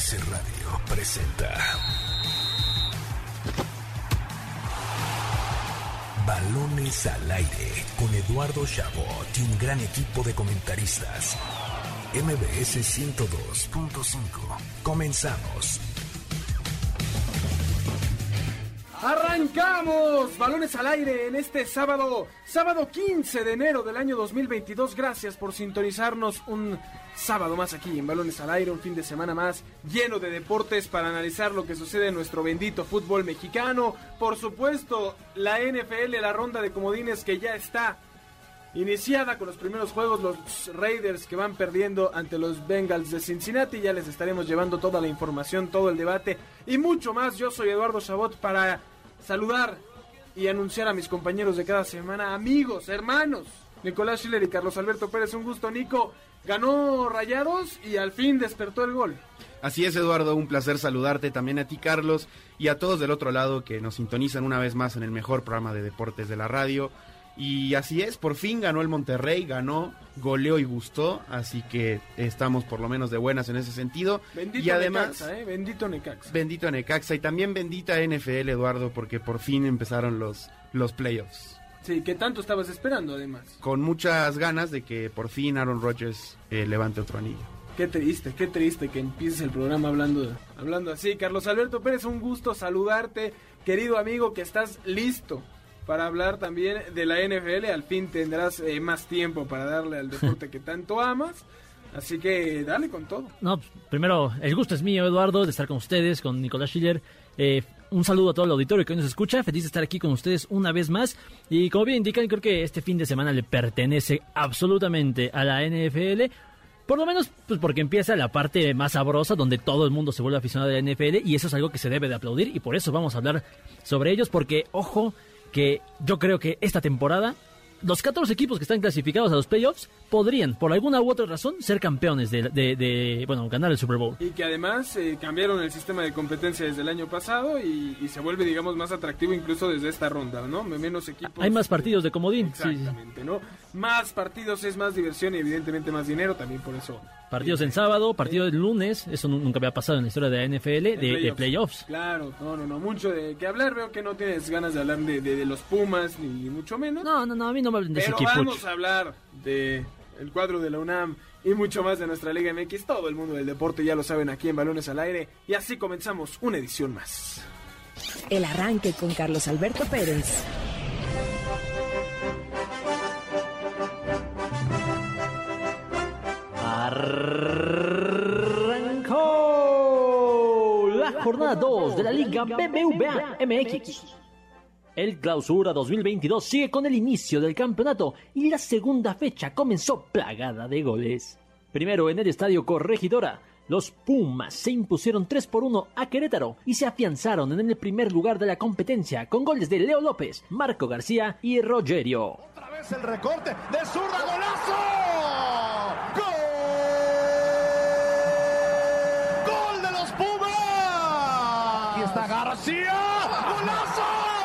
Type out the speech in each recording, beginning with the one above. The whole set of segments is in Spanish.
MBS Radio presenta Balones al Aire con Eduardo Chabot y un gran equipo de comentaristas. MBS 102.5. Comenzamos. ¡Arrancamos! Balones al Aire en este sábado 15 de enero del año 2022. Gracias por sintonizarnos un sábado más aquí en Balones al Aire, un fin de semana más lleno de deportes para analizar lo que sucede en nuestro bendito fútbol mexicano. Por supuesto, la NFL, la ronda de comodines que ya está iniciada con los primeros juegos, los Raiders que van perdiendo ante los Bengals de Cincinnati. Ya les estaremos llevando toda la información, todo el debate y mucho más. Yo soy Eduardo Chabot para saludar y anunciar a mis compañeros de cada semana, amigos, hermanos, Nicolás Schiller y Carlos Alberto Pérez. Un gusto, Nico. Ganó Rayados y al fin despertó el gol. Así es, Eduardo, un placer saludarte, también a ti, Carlos, y a todos del otro lado que nos sintonizan una vez más en el mejor programa de deportes de la radio. Y así es, por fin ganó el Monterrey, ganó, goleó y gustó, así que estamos por lo menos de buenas en ese sentido. Bendito y además, Necaxa, bendito Necaxa. Bendito Necaxa y también bendita NFL, Eduardo, porque por fin empezaron los playoffs. Sí, que tanto estabas esperando además. Con muchas ganas de que por fin Aaron Rodgers levante otro anillo. Qué triste que empieces el programa hablando así. Carlos Alberto Pérez, un gusto saludarte, querido amigo, que estás listo para hablar también de la NFL. Al fin tendrás más tiempo para darle al deporte que tanto amas. Así que dale con todo. No, primero, el gusto es mío, Eduardo, de estar con ustedes, con Nicolás Schiller. Un saludo a todo el auditorio que hoy nos escucha. Feliz de estar aquí con ustedes una vez más. Y como bien indican, creo que este fin de semana le pertenece absolutamente a la NFL. Por lo menos, pues porque empieza la parte más sabrosa, donde todo el mundo se vuelve aficionado a la NFL. Y eso es algo que se debe de aplaudir. Y por eso vamos a hablar sobre ellos. Porque, ojo, que yo creo que esta temporada los 14 equipos que están clasificados a los playoffs podrían, por alguna u otra razón, ser campeones de ganar el Super Bowl. Y que además cambiaron el sistema de competencia desde el año pasado y se vuelve, digamos, más atractivo incluso desde esta ronda, ¿no? Menos equipos. Hay más partidos de comodín. Exactamente, sí. ¿No? Más partidos es más diversión y evidentemente más dinero, también por eso. Partidos en sábado, partidos el lunes, eso nunca había pasado en la historia de la NFL, de playoffs. Claro, no, mucho de qué hablar. Veo que no tienes ganas de hablar de los Pumas, ni mucho menos. No, a mí no me hablen de ese equipo. Pero vamos a hablar de el cuadro de la UNAM y mucho más de nuestra Liga MX. Todo el mundo del deporte ya lo saben aquí en Balones al Aire. Y así comenzamos una edición más. El arranque con Carlos Alberto Pérez. Arrancó la jornada 2 de la Liga BBVA MX. El Clausura 2022 sigue con el inicio del campeonato y la segunda fecha comenzó plagada de goles. Primero en el Estadio Corregidora, los Pumas se impusieron 3-1 a Querétaro y se afianzaron en el primer lugar de la competencia con goles de Leo López, Marco García y Rogerio. Otra vez el recorte de zurda, golazo. ¡Gol! ¡Gol de los Pumas! Aquí está García. ¡Golazo!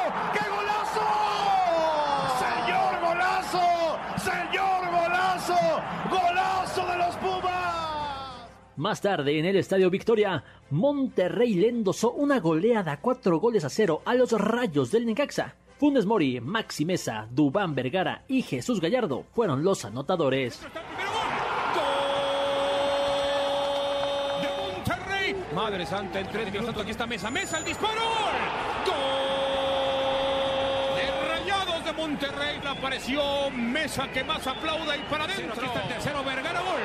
¡Golazo de los Pumas! Más tarde, en el Estadio Victoria, Monterrey le endosó una goleada 4-0 a los Rayos del Necaxa. Funes Mori, Maxi Meza, Duván Vergara y Jesús Gallardo fueron los anotadores. ¡Gol de Monterrey! Madre santa, en 3 minutos aquí está Meza el disparo. ¡Gol! De Monterrey le apareció Meza, que más aplauda y para adentro. Aquí está el tercero, Vergara, gol.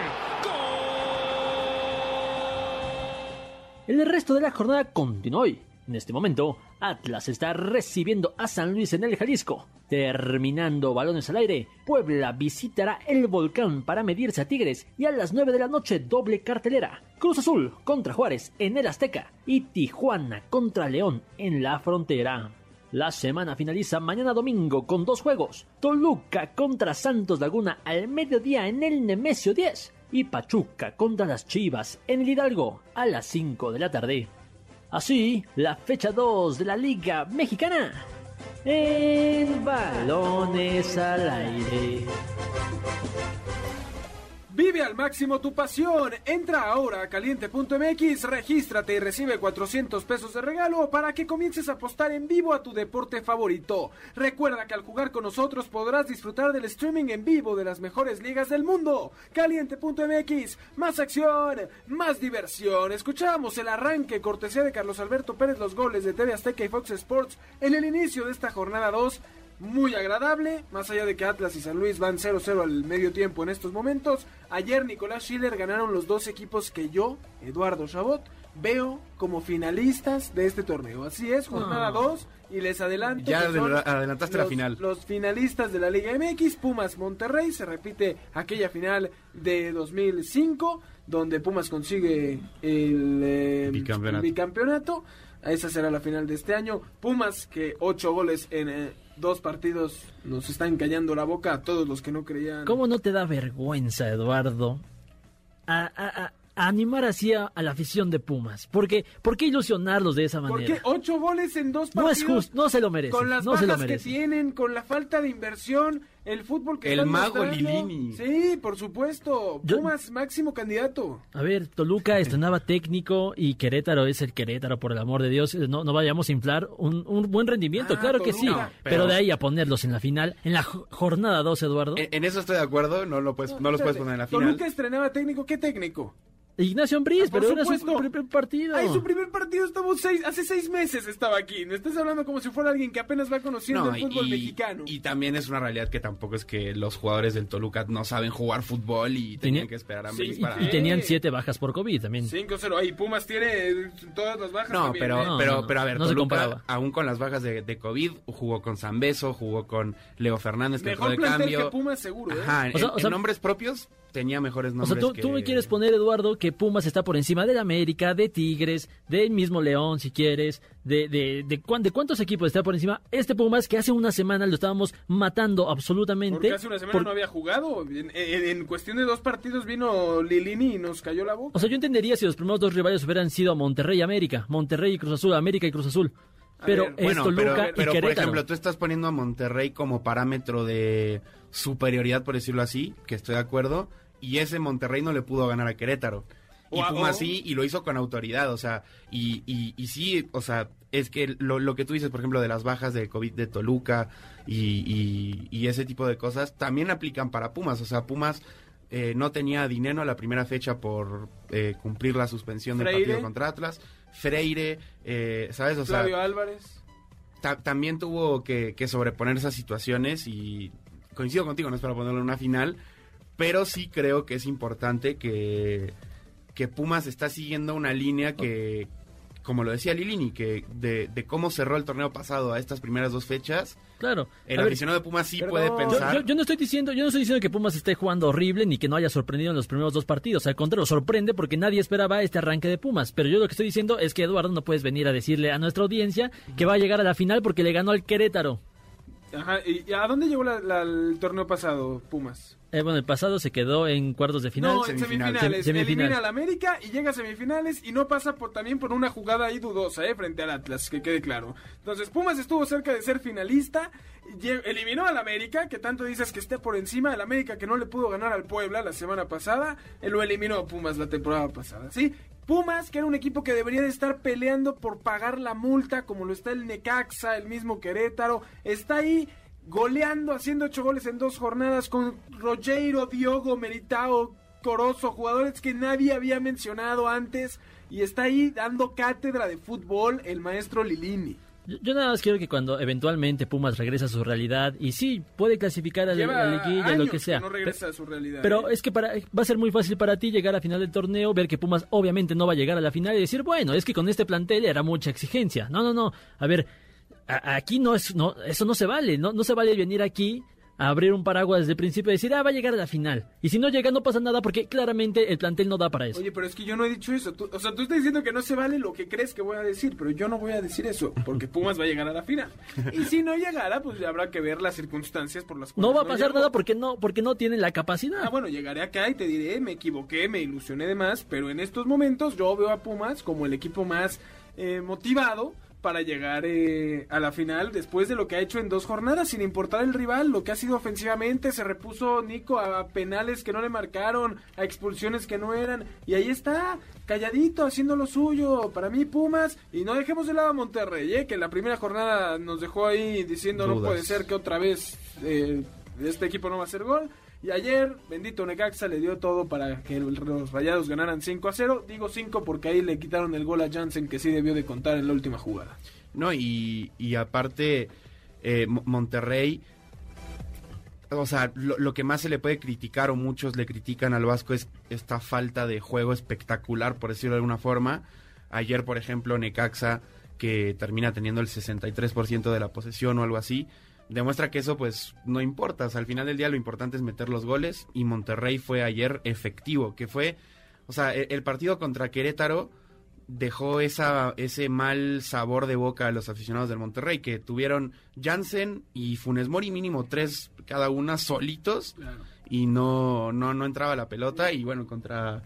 El resto de la jornada continuó hoy. En este momento, Atlas está recibiendo a San Luis en el Jalisco. Terminando Balones al Aire, Puebla visitará el Volcán para medirse a Tigres y a las 9 de la noche doble cartelera. Cruz Azul contra Juárez en el Azteca y Tijuana contra León en la Frontera. La semana finaliza mañana domingo con 2 juegos. Toluca contra Santos Laguna al mediodía en el Nemesio 10. Y Pachuca contra las Chivas en el Hidalgo a las 5 de la tarde. Así, la fecha 2 de la Liga Mexicana en Balones al Aire. Vive al máximo tu pasión. Entra ahora a caliente.mx, regístrate y recibe 400 pesos de regalo para que comiences a apostar en vivo a tu deporte favorito. Recuerda que al jugar con nosotros podrás disfrutar del streaming en vivo de las mejores ligas del mundo. Caliente.mx, más acción, más diversión. Escuchamos el arranque cortesía de Carlos Alberto Pérez, los goles de TV Azteca y Fox Sports en el inicio de esta jornada 2. Muy agradable, más allá de que Atlas y San Luis van 0-0 al medio tiempo en estos momentos. Ayer Nicolás Schiller ganaron los dos equipos que yo, Eduardo Chabot, veo como finalistas de este torneo. Así es, jornada 2 y les adelanto. Ya adelantaste la final. Los finalistas de la Liga MX, Pumas Monterrey, se repite aquella final de 2005, donde Pumas consigue el bicampeonato. Esa será la final de este año. Pumas, que 8 goles en 2 partidos nos están callando la boca a todos los que no creían. ¿Cómo no te da vergüenza, Eduardo, a animar así a la afición de Pumas? ¿Por qué ilusionarlos de esa manera? Porque 8 goles en 2 partidos. No es justo, no se lo merecen. Con las bajas que tienen, con la falta de inversión, el fútbol que el mago Lilini. Sí, por supuesto. Pumas máximo candidato. A ver, Toluca estrenaba técnico y Querétaro es el Querétaro, por el amor de Dios. No vayamos a inflar un buen rendimiento, claro Toluca, que sí. No, pero de ahí a ponerlos en la final, en la jornada 2, Eduardo. En eso estoy de acuerdo, no los puedes poner en la final. Toluca estrenaba técnico, ¿qué técnico? Ignacio Ambriz, pero era su primer partido. Ay, su primer partido hace 6 meses estaba aquí. Me estás hablando como si fuera alguien que apenas va conociendo el fútbol mexicano. Y también es una realidad que tampoco es que los jugadores del Toluca no saben jugar fútbol y tenían que esperar a Ambriz para... Y tenían 7 bajas por COVID también. 5-0. Ahí Pumas tiene todas las bajas. No, también, pero a ver, no Toluca, aún con las bajas de COVID, jugó con Zambeso, jugó con Leo Fernández, que entró de cambio. Que Pumas seguro, Ajá, en nombres propios tenía mejores nombres. O sea, tú me quieres poner, Eduardo, que Pumas está por encima del América, de Tigres, del mismo León, si quieres, de cuántos equipos está por encima. Este Pumas, que hace una semana lo estábamos matando absolutamente. Porque hace una semana no había jugado. En cuestión de 2 partidos vino Lilini y nos cayó la boca. O sea, yo entendería si los primeros 2 rivales hubieran sido Monterrey y América. Monterrey y Cruz Azul, América y Cruz Azul. Pero Toluca y Querétaro. Por ejemplo, tú estás poniendo a Monterrey como parámetro de superioridad, por decirlo así, que estoy de acuerdo. Y ese Monterrey no le pudo ganar a Querétaro. Y Pumas sí, y lo hizo con autoridad, o sea, y sí, o sea, es que lo que tú dices, por ejemplo, de las bajas de COVID de Toluca y ese tipo de cosas, también aplican para Pumas, o sea, Pumas no tenía dinero a la primera fecha por cumplir la suspensión del partido contra Atlas, Freire, ¿sabes? O Flavio Álvarez. También tuvo que sobreponer esas situaciones y coincido contigo, no es para ponerlo en una final, pero sí creo que es importante que Pumas está siguiendo una línea que, como lo decía Lilini, que de cómo cerró el torneo pasado a estas primeras 2 fechas. Claro. El aficionado de Pumas sí puede pensar. Yo no estoy diciendo que Pumas esté jugando horrible ni que no haya sorprendido en los primeros 2 partidos. Al contrario, sorprende porque nadie esperaba este arranque de Pumas. Pero yo lo que estoy diciendo es que, Eduardo, no puedes venir a decirle a nuestra audiencia que va a llegar a la final porque le ganó al Querétaro. Ajá, ¿y a dónde llegó el torneo pasado, Pumas? Bueno, el pasado se quedó en cuartos de final. No, en semifinales. Elimina al América y llega a semifinales y no pasa también por una jugada ahí dudosa, frente al Atlas, que quede claro. Entonces, Pumas estuvo cerca de ser finalista, eliminó al América, que tanto dices que esté por encima del América, que no le pudo ganar al Puebla la semana pasada, lo eliminó a Pumas la temporada pasada, ¿sí? Pumas, que era un equipo que debería de estar peleando por pagar la multa, como lo está el Necaxa, el mismo Querétaro, está ahí goleando, haciendo 8 goles en 2 jornadas con Rogério, Diogo, Meritao, Corozo, jugadores que nadie había mencionado antes, y está ahí dando cátedra de fútbol el maestro Lilini. Yo nada más quiero que cuando eventualmente Pumas regrese a su realidad, y sí, puede clasificar a la liguilla, lo que sea. No regresa a su realidad, pero es que va a ser muy fácil para ti llegar a final del torneo, ver que Pumas obviamente no va a llegar a la final y decir, bueno, es que con este plantel era mucha exigencia. No. A ver, aquí eso no se vale. No se vale venir aquí a abrir un paraguas desde el principio y decir, va a llegar a la final. Y si no llega, no pasa nada porque claramente el plantel no da para eso. Oye, pero es que yo no he dicho eso. Tú estás diciendo que no se vale lo que crees que voy a decir, pero yo no voy a decir eso, porque Pumas va a llegar a la final. Y si no llegara, pues ya habrá que ver las circunstancias por las cuales no va a pasar nada porque no tienen la capacidad. Bueno, llegaré acá y te diré, me equivoqué, me ilusioné de más, pero en estos momentos yo veo a Pumas como el equipo más motivado para llegar a la final después de lo que ha hecho en 2 jornadas, sin importar el rival, lo que ha sido ofensivamente. Se repuso Nico a penales que no le marcaron, a expulsiones que no eran, y ahí está, calladito, haciendo lo suyo. Para mí Pumas, y no dejemos de lado a Monterrey, que la primera jornada nos dejó ahí diciendo dudas. No puede ser que otra vez este equipo no va a hacer gol. Y ayer, bendito Necaxa, le dio todo para que los Rayados ganaran 5-0. Digo 5 porque ahí le quitaron el gol a Jansen, que sí debió de contar en la última jugada. No, y aparte, Monterrey, o sea, lo que más se le puede criticar, o muchos le critican al Vasco, es esta falta de juego espectacular, por decirlo de alguna forma. Ayer, por ejemplo, Necaxa, que termina teniendo el 63% de la posesión o algo así, demuestra que eso pues no importa. O sea, al final del día lo importante es meter los goles, y Monterrey fue ayer efectivo, que fue, o sea, el partido contra Querétaro dejó ese mal sabor de boca a los aficionados del Monterrey, que tuvieron Jansen y Funes Mori mínimo 3 cada una solitos, Claro. y no entraba la pelota. Y bueno, contra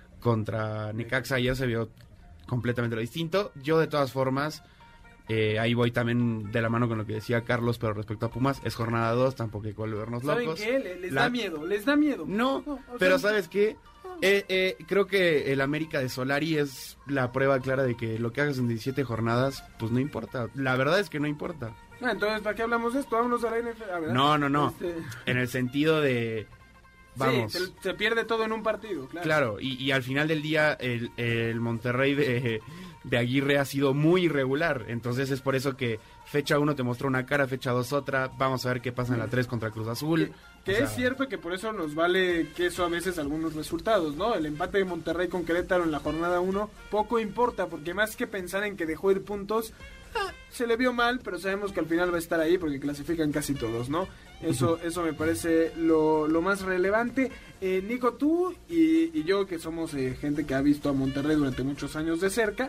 Necaxa ayer se vio completamente lo distinto. Yo de todas formas, ahí voy también de la mano con lo que decía Carlos, pero respecto a Pumas, es jornada 2, tampoco hay que volvernos locos. ¿Saben qué? Les da miedo. No, o pero sea, ¿sabes qué? Creo que el América de Solari es la prueba clara de que lo que hagas en 17 jornadas, pues no importa. La verdad es que no importa. Entonces, ¿para qué hablamos de esto? Vámonos a la NFL. No. En el sentido de... Vamos. Sí, se pierde todo en un partido, claro. Claro, y al final del día el Monterrey de Aguirre ha sido muy irregular. Entonces es por eso que fecha 1 te mostró una cara, fecha 2 otra. Vamos a ver qué pasa en la 3 contra Cruz Azul. Que es cierto que por eso nos vale queso a veces algunos resultados, ¿no? El empate de Monterrey con Querétaro en la jornada 1 poco importa, porque más que pensar en que dejó ir puntos, se le vio mal, pero sabemos que al final va a estar ahí porque clasifican casi todos, ¿no? Eso me parece lo más relevante. Nico, tú y yo, que somos gente que ha visto a Monterrey durante muchos años de cerca,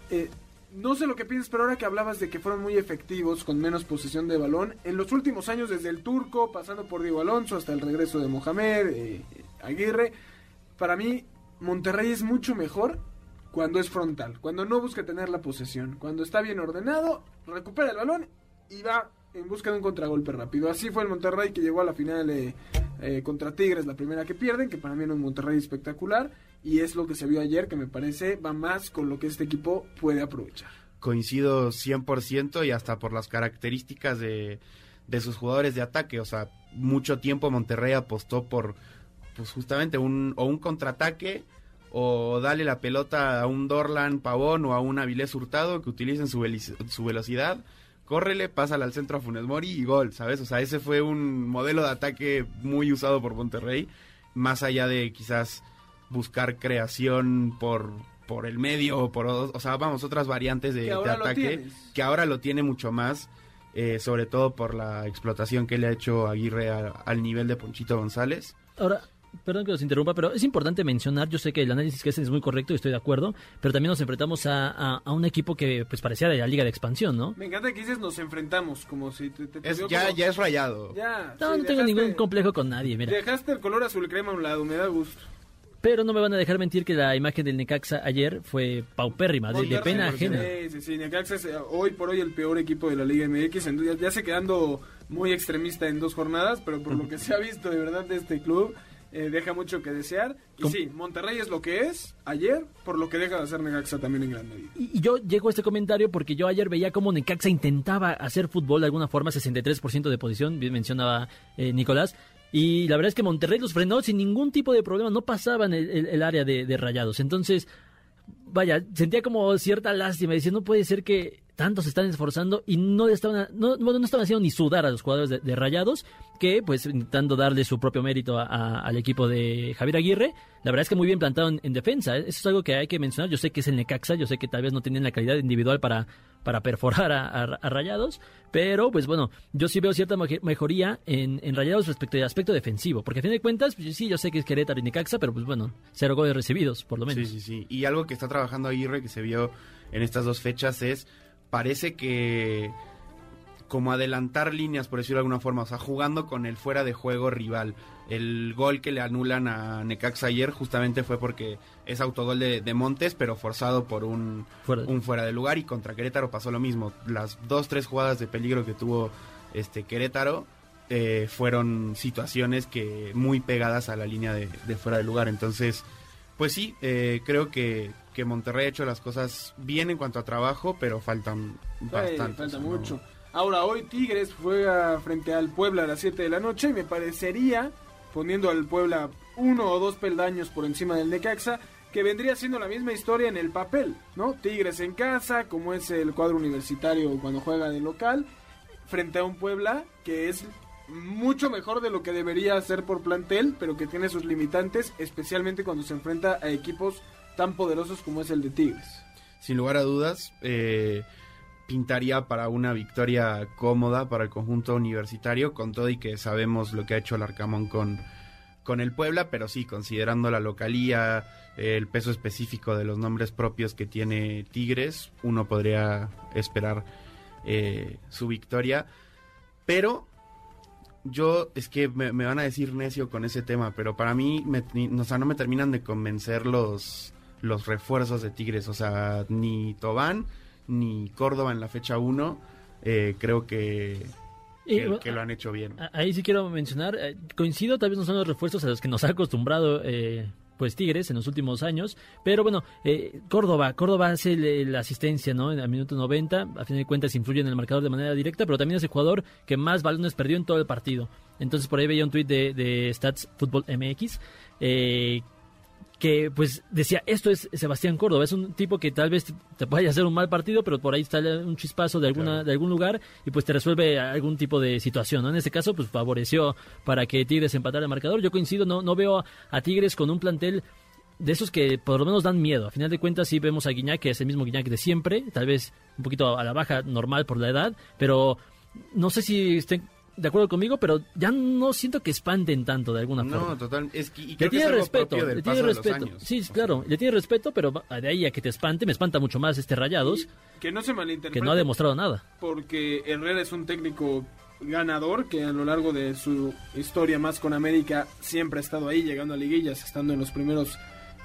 no sé lo que piensas, pero ahora que hablabas de que fueron muy efectivos con menos posesión de balón, en los últimos años, desde el Turco, pasando por Diego Alonso hasta el regreso de Mohamed, Aguirre, para mí Monterrey es mucho mejor cuando es frontal, cuando no busca tener la posesión, cuando está bien ordenado, recupera el balón y va en busca de un contragolpe rápido. Así fue el Monterrey que llegó a la final contra Tigres, la primera que pierden, que para mí era un Monterrey espectacular, y es lo que se vio ayer, que me parece va más con lo que este equipo puede aprovechar. Coincido 100%, y hasta por las características de sus jugadores de ataque. O sea, mucho tiempo Monterrey apostó por, pues justamente un contraataque, o darle la pelota a un Dorlan Pavón o a un Avilés Hurtado que utilicen su velocidad, córrele, pásala al centro a Funes Mori y gol, ¿sabes? O sea, ese fue un modelo de ataque muy usado por Monterrey, más allá de quizás buscar creación por el medio, o sea, vamos, otras variantes de ataque, que ahora lo tiene mucho más, sobre todo por la explotación que le ha hecho Aguirre al nivel de Ponchito González. Ahora, perdón que los interrumpa, pero es importante mencionar, yo sé que el análisis que hacen es muy correcto y estoy de acuerdo, pero también nos enfrentamos a un equipo que pues parecía de la Liga de Expansión, ¿no? Me encanta que dices nos enfrentamos, como si ya es Rayado. No tengo ningún complejo con nadie, mira. Dejaste el color azul crema a un lado, me da gusto. Pero no me van a dejar mentir que la imagen del Necaxa ayer fue paupérrima, de pena ajena. Sí, Necaxa es hoy por hoy el peor equipo de la Liga MX, ya se quedando muy extremista en 2 jornadas, pero por lo que se ha visto de verdad de este club, deja mucho que desear. Y sí, Monterrey es lo que es ayer, por lo que deja de hacer Necaxa también en gran medida. Y yo llego a este comentario porque yo ayer veía cómo Necaxa intentaba hacer fútbol de alguna forma, 63% de posición, bien mencionaba Nicolás. Y la verdad es que Monterrey los frenó sin ningún tipo de problema, no pasaban el área de Rayados. Entonces, vaya, sentía como cierta lástima, decía, no puede ser que tanto se están esforzando y no estaban haciendo ni sudar a los jugadores de Rayados, que pues intentando darle su propio mérito al equipo de Javier Aguirre. La verdad es que muy bien plantado en defensa, eso es algo que hay que mencionar. Yo sé que es el Necaxa, yo sé que tal vez no tienen la calidad individual para perforar a Rayados, pero pues bueno, yo sí veo cierta mejoría en Rayados respecto al aspecto defensivo, porque a fin de cuentas, pues, sí, yo sé que es Querétaro y Necaxa, pero pues bueno, 0 goles recibidos, por lo menos. Sí, y algo que está trabajando Aguirre, que se vio en estas 2 fechas, parece que como adelantar líneas, por decirlo de alguna forma, o sea, jugando con el fuera de juego rival. El gol que le anulan a Necaxa ayer justamente fue porque es autogol de Montes, pero forzado por un fuera de lugar, y contra Querétaro pasó lo mismo. Las 2-3 jugadas de peligro que tuvo Querétaro fueron situaciones que muy pegadas a la línea de fuera de lugar. Entonces, pues sí, creo que Monterrey ha hecho las cosas bien en cuanto a trabajo, pero faltan bastante. Falta mucho. Ahora, hoy Tigres juega frente al Puebla a las 7 de la noche y me parecería, poniendo al Puebla 1 o 2 peldaños por encima del Necaxa, que vendría siendo la misma historia en el papel, ¿no? Tigres en casa, como es el cuadro universitario cuando juega de local, frente a un Puebla que es mucho mejor de lo que debería ser por plantel, pero que tiene sus limitantes, especialmente cuando se enfrenta a equipos tan poderosos como es el de Tigres. Sin lugar a dudas, pintaría para una victoria cómoda para el conjunto universitario, con todo y que sabemos lo que ha hecho el Arcamón con el Puebla, pero sí, considerando la localía, el peso específico de los nombres propios que tiene Tigres, uno podría esperar su victoria. Pero es que me van a decir necio con ese tema, pero para mí no me terminan de convencer los refuerzos de Tigres, o sea, ni Tobán ni Córdoba en la fecha 1, creo que lo han hecho bien. Ahí sí quiero mencionar, coincido, tal vez no son los refuerzos a los que nos ha acostumbrado pues Tigres en los últimos años, pero bueno, Córdoba hace la asistencia, ¿no? En el minuto 90, a fin de cuentas influye en el marcador de manera directa, pero también es el jugador que más balones perdió en todo el partido. Entonces por ahí veía un tuit de Stats Football MX, que pues decía, esto es Sebastián Córdoba, es un tipo que tal vez te vaya a hacer un mal partido, pero por ahí está un chispazo de algún lugar y pues te resuelve algún tipo de situación, ¿no? En este caso pues favoreció para que Tigres empatara el marcador. Yo coincido, no veo a Tigres con un plantel de esos que por lo menos dan miedo. A final de cuentas sí vemos a Guiñac, que es el mismo Guiñac de siempre, tal vez un poquito a la baja, normal por la edad, pero no sé si estén de acuerdo conmigo, pero ya no siento que espanten tanto de alguna forma. No, total, y le creo que tiene es algo respeto, propio del le tiene paso de los respeto. años. Sí, claro, le tiene respeto, pero de ahí a que te espante, me espanta mucho más Rayados, Y que no se malinterprete, que no ha demostrado nada. Porque Herrera es un técnico ganador que a lo largo de su historia más con América siempre ha estado ahí, llegando a liguillas, estando en los primeros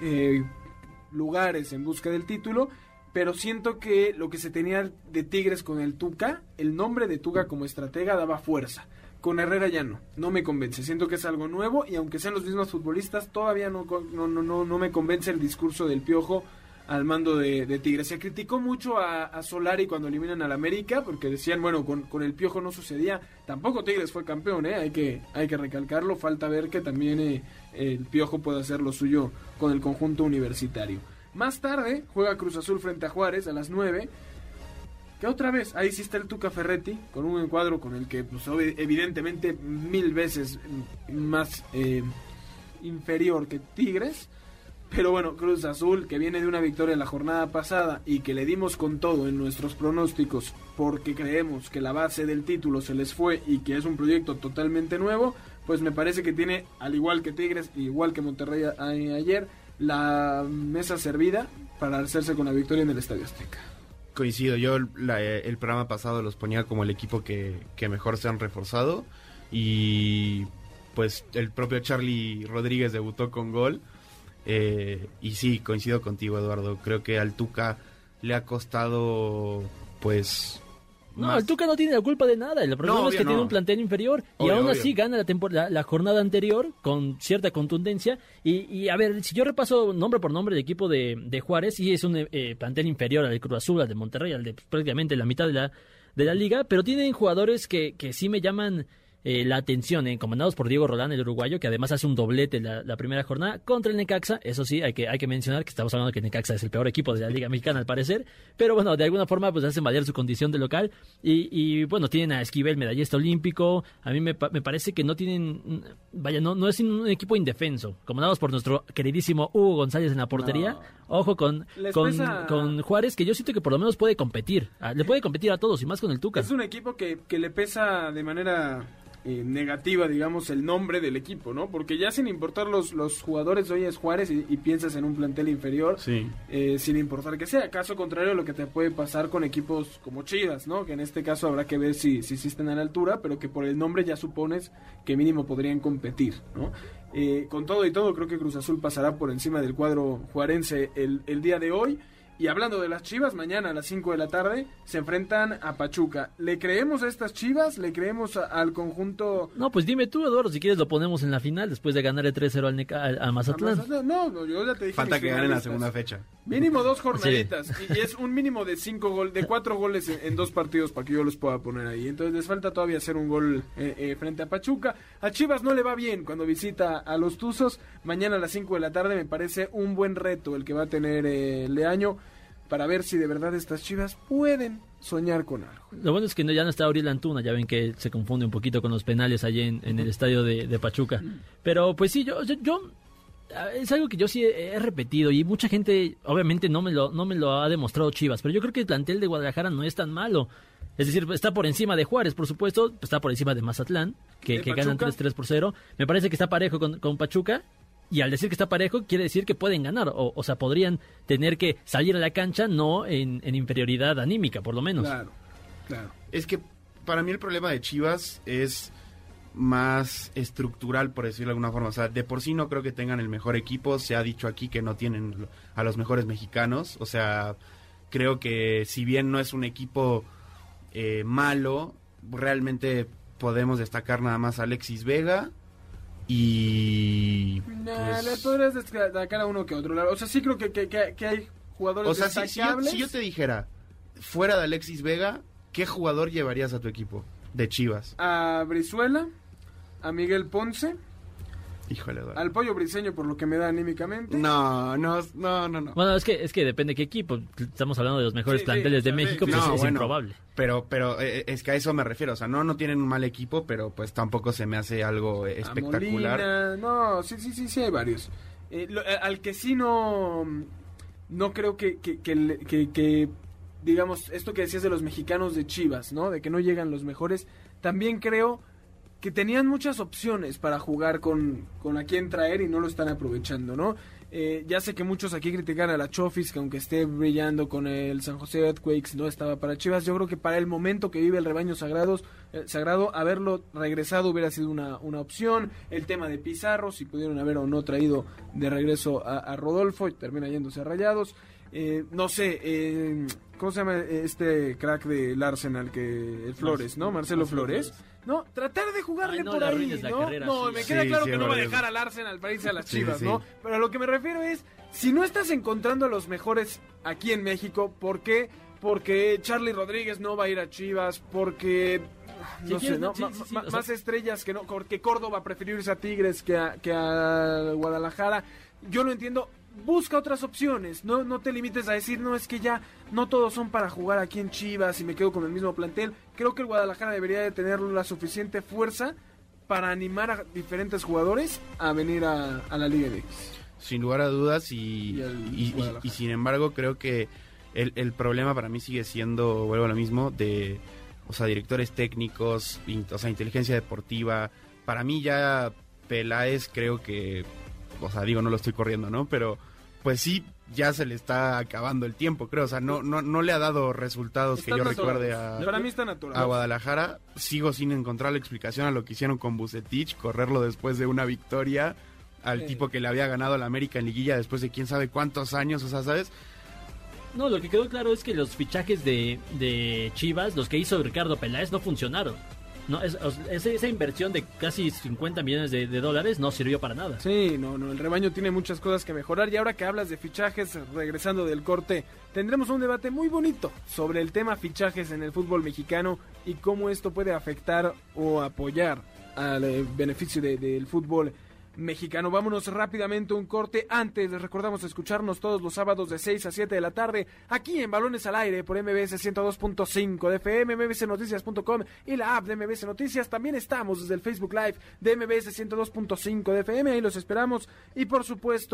lugares en busca del título. Pero siento que lo que se tenía de Tigres con el Tuca, el nombre de Tuca como estratega daba fuerza. Con Herrera ya no me convence. Siento que es algo nuevo y aunque sean los mismos futbolistas, todavía no me convence el discurso del Piojo al mando de Tigres. Se criticó mucho a Solari cuando eliminan al América, porque decían, bueno, con el Piojo no sucedía. Tampoco Tigres fue campeón, hay que recalcarlo. Falta ver que también el Piojo puede hacer lo suyo con el conjunto universitario. Más tarde juega Cruz Azul frente a Juárez a las 9. Que otra vez, ahí sí está el Tuca Ferretti, con un encuadro con el que pues, evidentemente 1000 veces más inferior que Tigres. Pero bueno, Cruz Azul, que viene de una victoria la jornada pasada y que le dimos con todo en nuestros pronósticos porque creemos que la base del título se les fue y que es un proyecto totalmente nuevo, pues me parece que tiene, al igual que Tigres, igual que Monterrey ayer, la mesa servida para hacerse con la victoria en el Estadio Azteca. Coincido, yo el programa pasado los ponía como el equipo que mejor se han reforzado y pues el propio Charly Rodríguez debutó con gol y sí, coincido contigo, Eduardo, creo que al Tuca le ha costado pues... No, el Tuca no tiene la culpa de nada. El problema es que tiene un plantel inferior y aún así gana la jornada anterior con cierta contundencia. Y a ver, si yo repaso nombre por nombre el equipo de Juárez, sí es un plantel inferior al de Cruz Azul, al de Monterrey, al de prácticamente la mitad de la liga, pero tienen jugadores que sí me llaman la atención, comandados por Diego Rolán, el uruguayo, que además hace un doblete la primera jornada contra el Necaxa. Eso sí, hay que mencionar que estamos hablando de que el Necaxa es el peor equipo de la Liga Mexicana al parecer, pero bueno, de alguna forma pues hacen valer su condición de local y bueno, tienen a Esquivel, medallista olímpico. A mí me parece que no tienen, vaya, no es un equipo indefenso, comandados por nuestro queridísimo Hugo González en la portería. Ojo con Juárez, que yo siento que por lo menos puede competir, le puede competir a todos y más con el Tuca. Es un equipo que le pesa de manera negativa, digamos, el nombre del equipo, ¿no? Porque ya sin importar los jugadores, hoy es Juárez y piensas en un plantel inferior, Sí. Sin importar que sea. Caso contrario a lo que te puede pasar con equipos como Chivas, ¿no? Que en este caso habrá que ver si están a la altura, pero que por el nombre ya supones que mínimo podrían competir, ¿no? Con todo y todo, creo que Cruz Azul pasará por encima del cuadro juarense el día de hoy. Y hablando de las Chivas, mañana a las 5 de la tarde se enfrentan a Pachuca. ¿Le creemos a estas Chivas? ¿Le creemos al conjunto? No, pues dime tú, Eduardo, si quieres lo ponemos en la final después de ganar el 3-0 a Mazatlán. No, yo ya te dije. Falta mis que ganen la finalistas. segunda fecha. Mínimo 2 jornaditas. Y es un mínimo de 4 goles en 2 partidos para que yo los pueda poner ahí. Entonces les falta todavía hacer un gol frente a Pachuca. A Chivas no le va bien cuando visita a los Tuzos. Mañana a las 5 de la tarde me parece un buen reto el que va a tener Leaño, para ver si de verdad estas Chivas pueden soñar con algo. Lo bueno es que ya no está Auriel Antuna, ya ven que se confunde un poquito con los penales allí en el estadio de Pachuca. Pero pues sí, yo es algo que yo sí he repetido y mucha gente obviamente no me lo ha demostrado Chivas, pero yo creo que el plantel de Guadalajara no es tan malo. Es decir, está por encima de Juárez, por supuesto, está por encima de Mazatlán, que ganan 3-0. Me parece que está parejo con Pachuca. Y al decir que está parejo, quiere decir que pueden ganar. O sea, podrían tener que salir a la cancha, no en inferioridad anímica, por lo menos. Claro. Es que para mí el problema de Chivas es más estructural, por decirlo de alguna forma. O sea, de por sí no creo que tengan el mejor equipo. Se ha dicho aquí que no tienen a los mejores mexicanos. O sea, creo que si bien no es un equipo malo, realmente podemos destacar nada más a Alexis Vega. Y Le podrías destacar a uno que otro. O sea, sí creo que hay jugadores o sea, destacables. si yo te dijera, fuera de Alexis Vega, ¿qué jugador llevarías a tu equipo de Chivas? A Brizuela, a Miguel Ponce, Híjole, Eduardo. al Pollo Briseño por lo que me da anímicamente. No. Bueno, es que depende qué equipo. Estamos hablando de los mejores planteles de México, pues es improbable. Pero es que a eso me refiero. O sea, no tienen un mal equipo, pero pues tampoco se me hace algo espectacular. Molina, no, sí hay varios. Al que sí no creo que digamos, esto que decías de los mexicanos de Chivas, ¿no? De que no llegan los mejores. También creo que tenían muchas opciones para jugar con a quién traer y no lo están aprovechando, ¿no? Ya sé que muchos aquí critican a la Chofis, que aunque esté brillando con el San José Earthquakes, no estaba para Chivas. Yo creo que para el momento que vive el rebaño sagrado, haberlo regresado hubiera sido una opción. El tema de Pizarro, si pudieron haber o no traído de regreso a Rodolfo, y termina yéndose a Rayados. No sé, ¿cómo se llama este crack del Arsenal? El Flores, ¿no? Marcelo Flores. No, tratar de jugarle por ahí, ¿no? Me queda claro que no va a dejar al Arsenal para irse a las Chivas, ¿no? Pero a lo que me refiero es, si no estás encontrando a los mejores aquí en México, ¿por qué? Porque Charly Rodríguez no va a ir a Chivas, porque más estrellas que no, porque Córdoba prefirió irse a Tigres que a Guadalajara. Yo lo entiendo. Busca otras opciones, no te limites a decir, no, es que ya no todos son para jugar aquí en Chivas y me quedo con el mismo plantel. Creo que el Guadalajara debería de tener la suficiente fuerza para animar a diferentes jugadores a venir a la Liga MX. Sin lugar a dudas y sin embargo creo que el problema para mí sigue siendo, vuelvo a lo mismo, directores técnicos, inteligencia deportiva. Para mí ya Peláez creo que, no lo estoy corriendo, ¿no? Pero pues sí, ya se le está acabando el tiempo, creo. O sea, no le ha dado resultados que yo recuerde para mí está natural. A Guadalajara. Sigo sin encontrar la explicación a lo que hicieron con Vucetich, correrlo después de una victoria al tipo que le había ganado a la América en liguilla después de quién sabe cuántos años, o sea, ¿sabes? No, lo que quedó claro es que los fichajes de Chivas, los que hizo Ricardo Peláez, no funcionaron. No, esa inversión de casi 50 millones de dólares no sirvió para nada. Sí, no, el rebaño tiene muchas cosas que mejorar. Y ahora que hablas de fichajes, regresando del corte, tendremos un debate muy bonito sobre el tema fichajes en el fútbol mexicano y cómo esto puede afectar o apoyar al beneficio del fútbol mexicano. Vámonos rápidamente a un corte. Antes les recordamos escucharnos todos los sábados de 6 a 7 de la tarde aquí en Balones al Aire por MBS 102.5 de FM, mbsnoticias.com y la app de MBS Noticias. También estamos desde el Facebook Live de MBS 102.5 de FM, ahí los esperamos. Y por supuesto,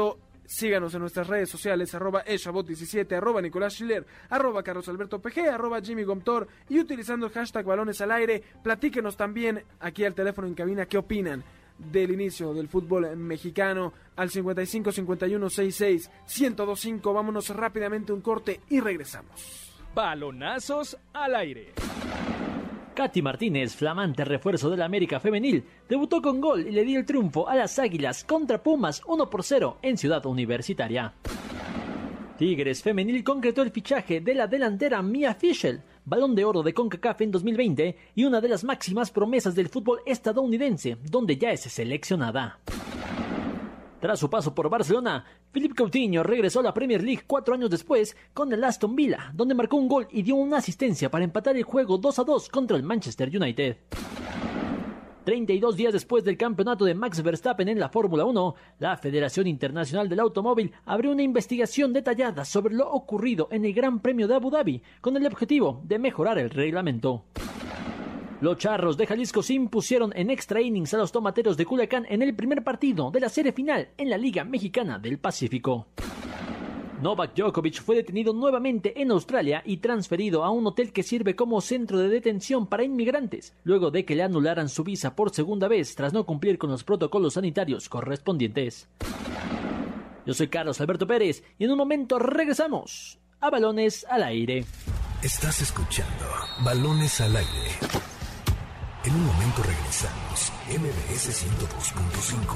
Síganos en nuestras redes sociales, @eshabot17, @Nicolás Schiller, @CarlosAlbertoPG, @JimmyGomtor, y utilizando el hashtag Balones al Aire. Platíquenos también aquí al teléfono en cabina qué opinan del inicio del fútbol mexicano al 55 51 66 1025. Vámonos rápidamente a un corte y regresamos. Balonazos al aire. Katy Martínez, flamante refuerzo del América Femenil, debutó con gol y le dio el triunfo a las Águilas contra Pumas 1-0 en Ciudad Universitaria. Tigres Femenil concretó el fichaje de la delantera Mia Fischel, Balón de Oro de CONCACAF en 2020 y una de las máximas promesas del fútbol estadounidense, donde ya es seleccionada. Tras su paso por Barcelona, Philippe Coutinho regresó a la Premier League 4 años después con el Aston Villa, donde marcó un gol y dio una asistencia para empatar el juego 2-2 contra el Manchester United. 32 días después del campeonato de Max Verstappen en la Fórmula 1, la Federación Internacional del Automóvil abrió una investigación detallada sobre lo ocurrido en el Gran Premio de Abu Dhabi, con el objetivo de mejorar el reglamento. Los Charros de Jalisco se impusieron en extra innings a los Tomateros de Culiacán en el primer partido de la serie final en la Liga Mexicana del Pacífico. Novak Djokovic fue detenido nuevamente en Australia y transferido a un hotel que sirve como centro de detención para inmigrantes, luego de que le anularan su visa por segunda vez tras no cumplir con los protocolos sanitarios correspondientes. Yo soy Carlos Alberto Pérez y en un momento regresamos a Balones al Aire. Estás escuchando Balones al Aire. En un momento regresamos. MBS 102.5.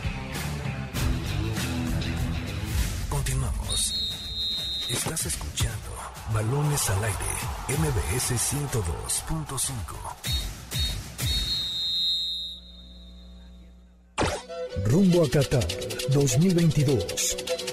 Continuamos. Estás escuchando Balones al Aire. MBS 102.5. Rumbo a Qatar 2022.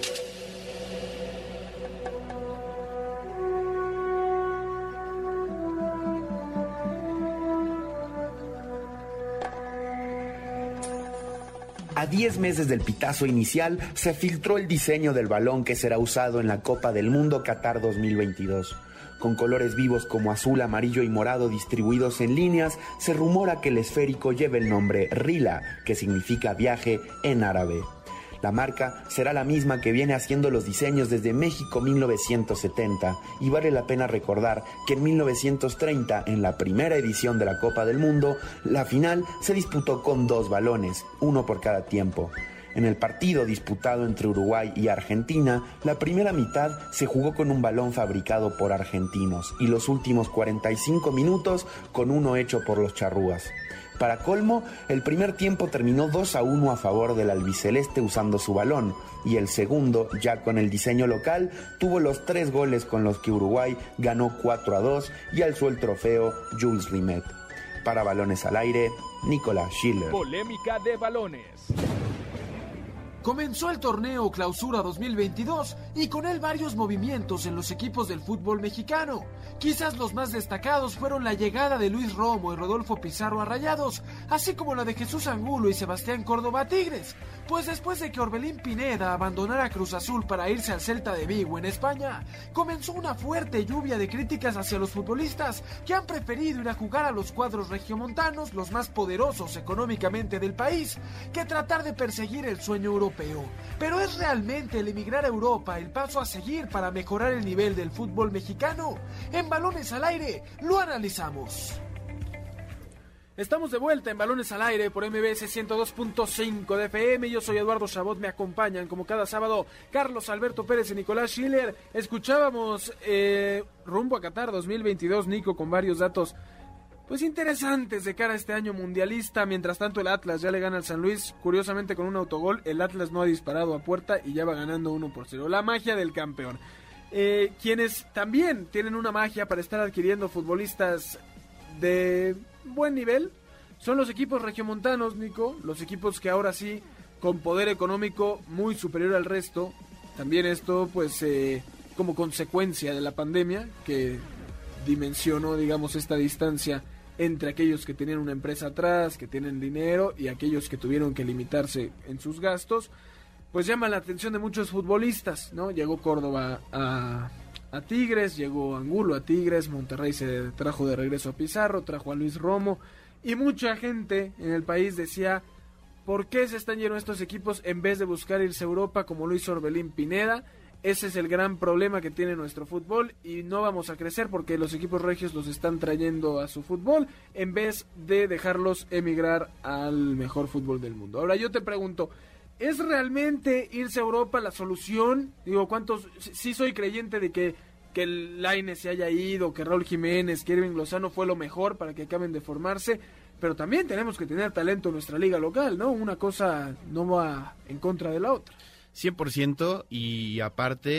A 10 meses del pitazo inicial, se filtró el diseño del balón que será usado en la Copa del Mundo Qatar 2022. Con colores vivos como azul, amarillo y morado distribuidos en líneas, se rumora que el esférico lleva el nombre Rila, que significa viaje en árabe. La marca será la misma que viene haciendo los diseños desde México 1970, y vale la pena recordar que en 1930, en la primera edición de la Copa del Mundo, la final se disputó con 2 balones, uno por cada tiempo. En el partido disputado entre Uruguay y Argentina, la primera mitad se jugó con un balón fabricado por argentinos y los últimos 45 minutos con uno hecho por los charrúas. Para colmo, el primer tiempo terminó 2-1 a favor del albiceleste usando su balón, y el segundo, ya con el diseño local, tuvo los 3 goles con los que Uruguay ganó 4-2 y alzó el trofeo Jules Rimet. Para Balones al Aire, Nicolás Schiller. Polémica de balones. Comenzó el torneo Clausura 2022 y con él varios movimientos en los equipos del fútbol mexicano. Quizás los más destacados fueron la llegada de Luis Romo y Rodolfo Pizarro a Rayados, así como la de Jesús Angulo y Sebastián Córdoba a Tigres. Pues después de que Orbelín Pineda abandonara Cruz Azul para irse al Celta de Vigo en España, comenzó una fuerte lluvia de críticas hacia los futbolistas que han preferido ir a jugar a los cuadros regiomontanos, los más poderosos económicamente del país, que tratar de perseguir el sueño europeo. Pero ¿es realmente el emigrar a Europa el paso a seguir para mejorar el nivel del fútbol mexicano? En Balones al Aire lo analizamos. Estamos de vuelta en Balones al Aire por MBS 102.5 de FM. Yo soy Eduardo Chabot, me acompañan como cada sábado Carlos Alberto Pérez y Nicolás Schiller. Escuchábamos rumbo a Qatar 2022, Nico, con varios datos pues interesantes de cara a este año mundialista. Mientras tanto el Atlas ya le gana al San Luis, curiosamente con un autogol. El Atlas no ha disparado a puerta y ya va ganando 1-0. La magia del campeón. Quienes también tienen una magia para estar adquiriendo futbolistas de buen nivel son los equipos regiomontanos, Nico. Los equipos que ahora sí, con poder económico muy superior al resto. También esto pues como consecuencia de la pandemia que dimensionó, digamos, esta distancia entre aquellos que tenían una empresa atrás, que tienen dinero, y aquellos que tuvieron que limitarse en sus gastos. Pues llama la atención de muchos futbolistas, ¿no? Llegó Córdoba a Tigres, llegó Angulo a Tigres, Monterrey se trajo de regreso a Pizarro, trajo a Luis Romo, y mucha gente en el país decía, ¿Por qué se están yendo estos equipos en vez de buscar irse a Europa como lo hizo Orbelín Pineda? Ese es el gran problema que tiene nuestro fútbol y no vamos a crecer porque los equipos regios los están trayendo a su fútbol en vez de dejarlos emigrar al mejor fútbol del mundo. Ahora yo te pregunto, ¿es realmente irse a Europa la solución? Digo, ¿cuántos? Sí soy creyente de que el Lainez se haya ido, que Raúl Jiménez, que Irving Lozano fue lo mejor para que acaben de formarse, pero también tenemos que tener talento en nuestra liga local, ¿no? Una cosa no va en contra de la otra. 100%, y aparte,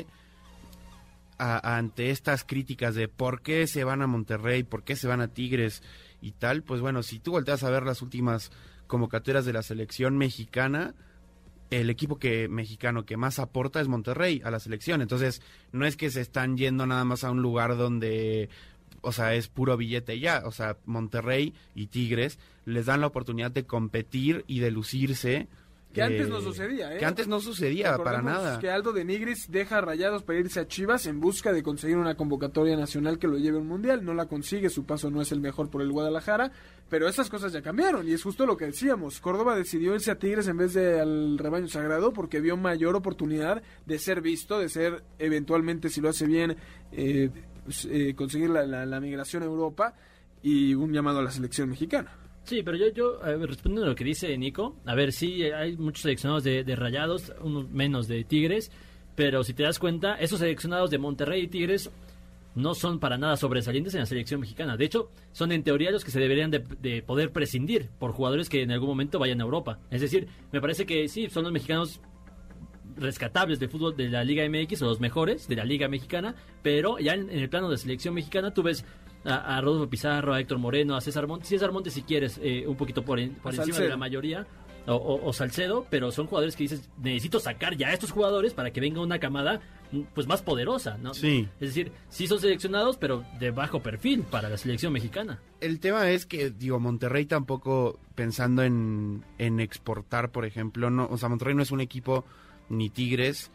ante estas críticas de por qué se van a Monterrey, por qué se van a Tigres y tal, pues bueno, si tú volteas a ver las últimas convocatorias de la selección mexicana, el equipo mexicano que más aporta es Monterrey a la selección. Entonces, no es que se están yendo nada más a un lugar donde, o sea, es puro billete ya. O sea, Monterrey y Tigres les dan la oportunidad de competir y de lucirse. Que antes no sucedía, ¿eh? Que antes no sucedía para nada. Que Aldo de Nigris deja a Rayados para irse a Chivas en busca de conseguir una convocatoria nacional que lo lleve a un mundial. No la consigue, su paso no es el mejor por el Guadalajara, pero esas cosas ya cambiaron y es justo lo que decíamos. Córdoba decidió irse a Tigres en vez de al Rebaño Sagrado porque vio mayor oportunidad de ser visto, de ser eventualmente, si lo hace bien, conseguir la migración a Europa y un llamado a la selección mexicana. Sí, pero yo respondiendo a lo que dice Nico, a ver, sí, hay muchos seleccionados de Rayados, unos menos de Tigres, pero si te das cuenta, esos seleccionados de Monterrey y Tigres no son para nada sobresalientes en la selección mexicana. De hecho, son en teoría los que se deberían de poder prescindir por jugadores que en algún momento vayan a Europa. Es decir, me parece que sí, son los mexicanos rescatables del fútbol de la Liga MX o los mejores de la Liga Mexicana, pero ya en el plano de selección mexicana tú ves a Rodolfo Pizarro, a Héctor Moreno, a César Montes si quieres, un poquito por encima de la mayoría, o Salcedo, pero son jugadores que dices, necesito sacar ya a estos jugadores para que venga una camada pues más poderosa, ¿no? Sí. Es decir, sí son seleccionados, pero de bajo perfil para la selección mexicana. El tema es que, digo, Monterrey tampoco pensando en exportar, por ejemplo, no, o sea, Monterrey no es un equipo ni Tigres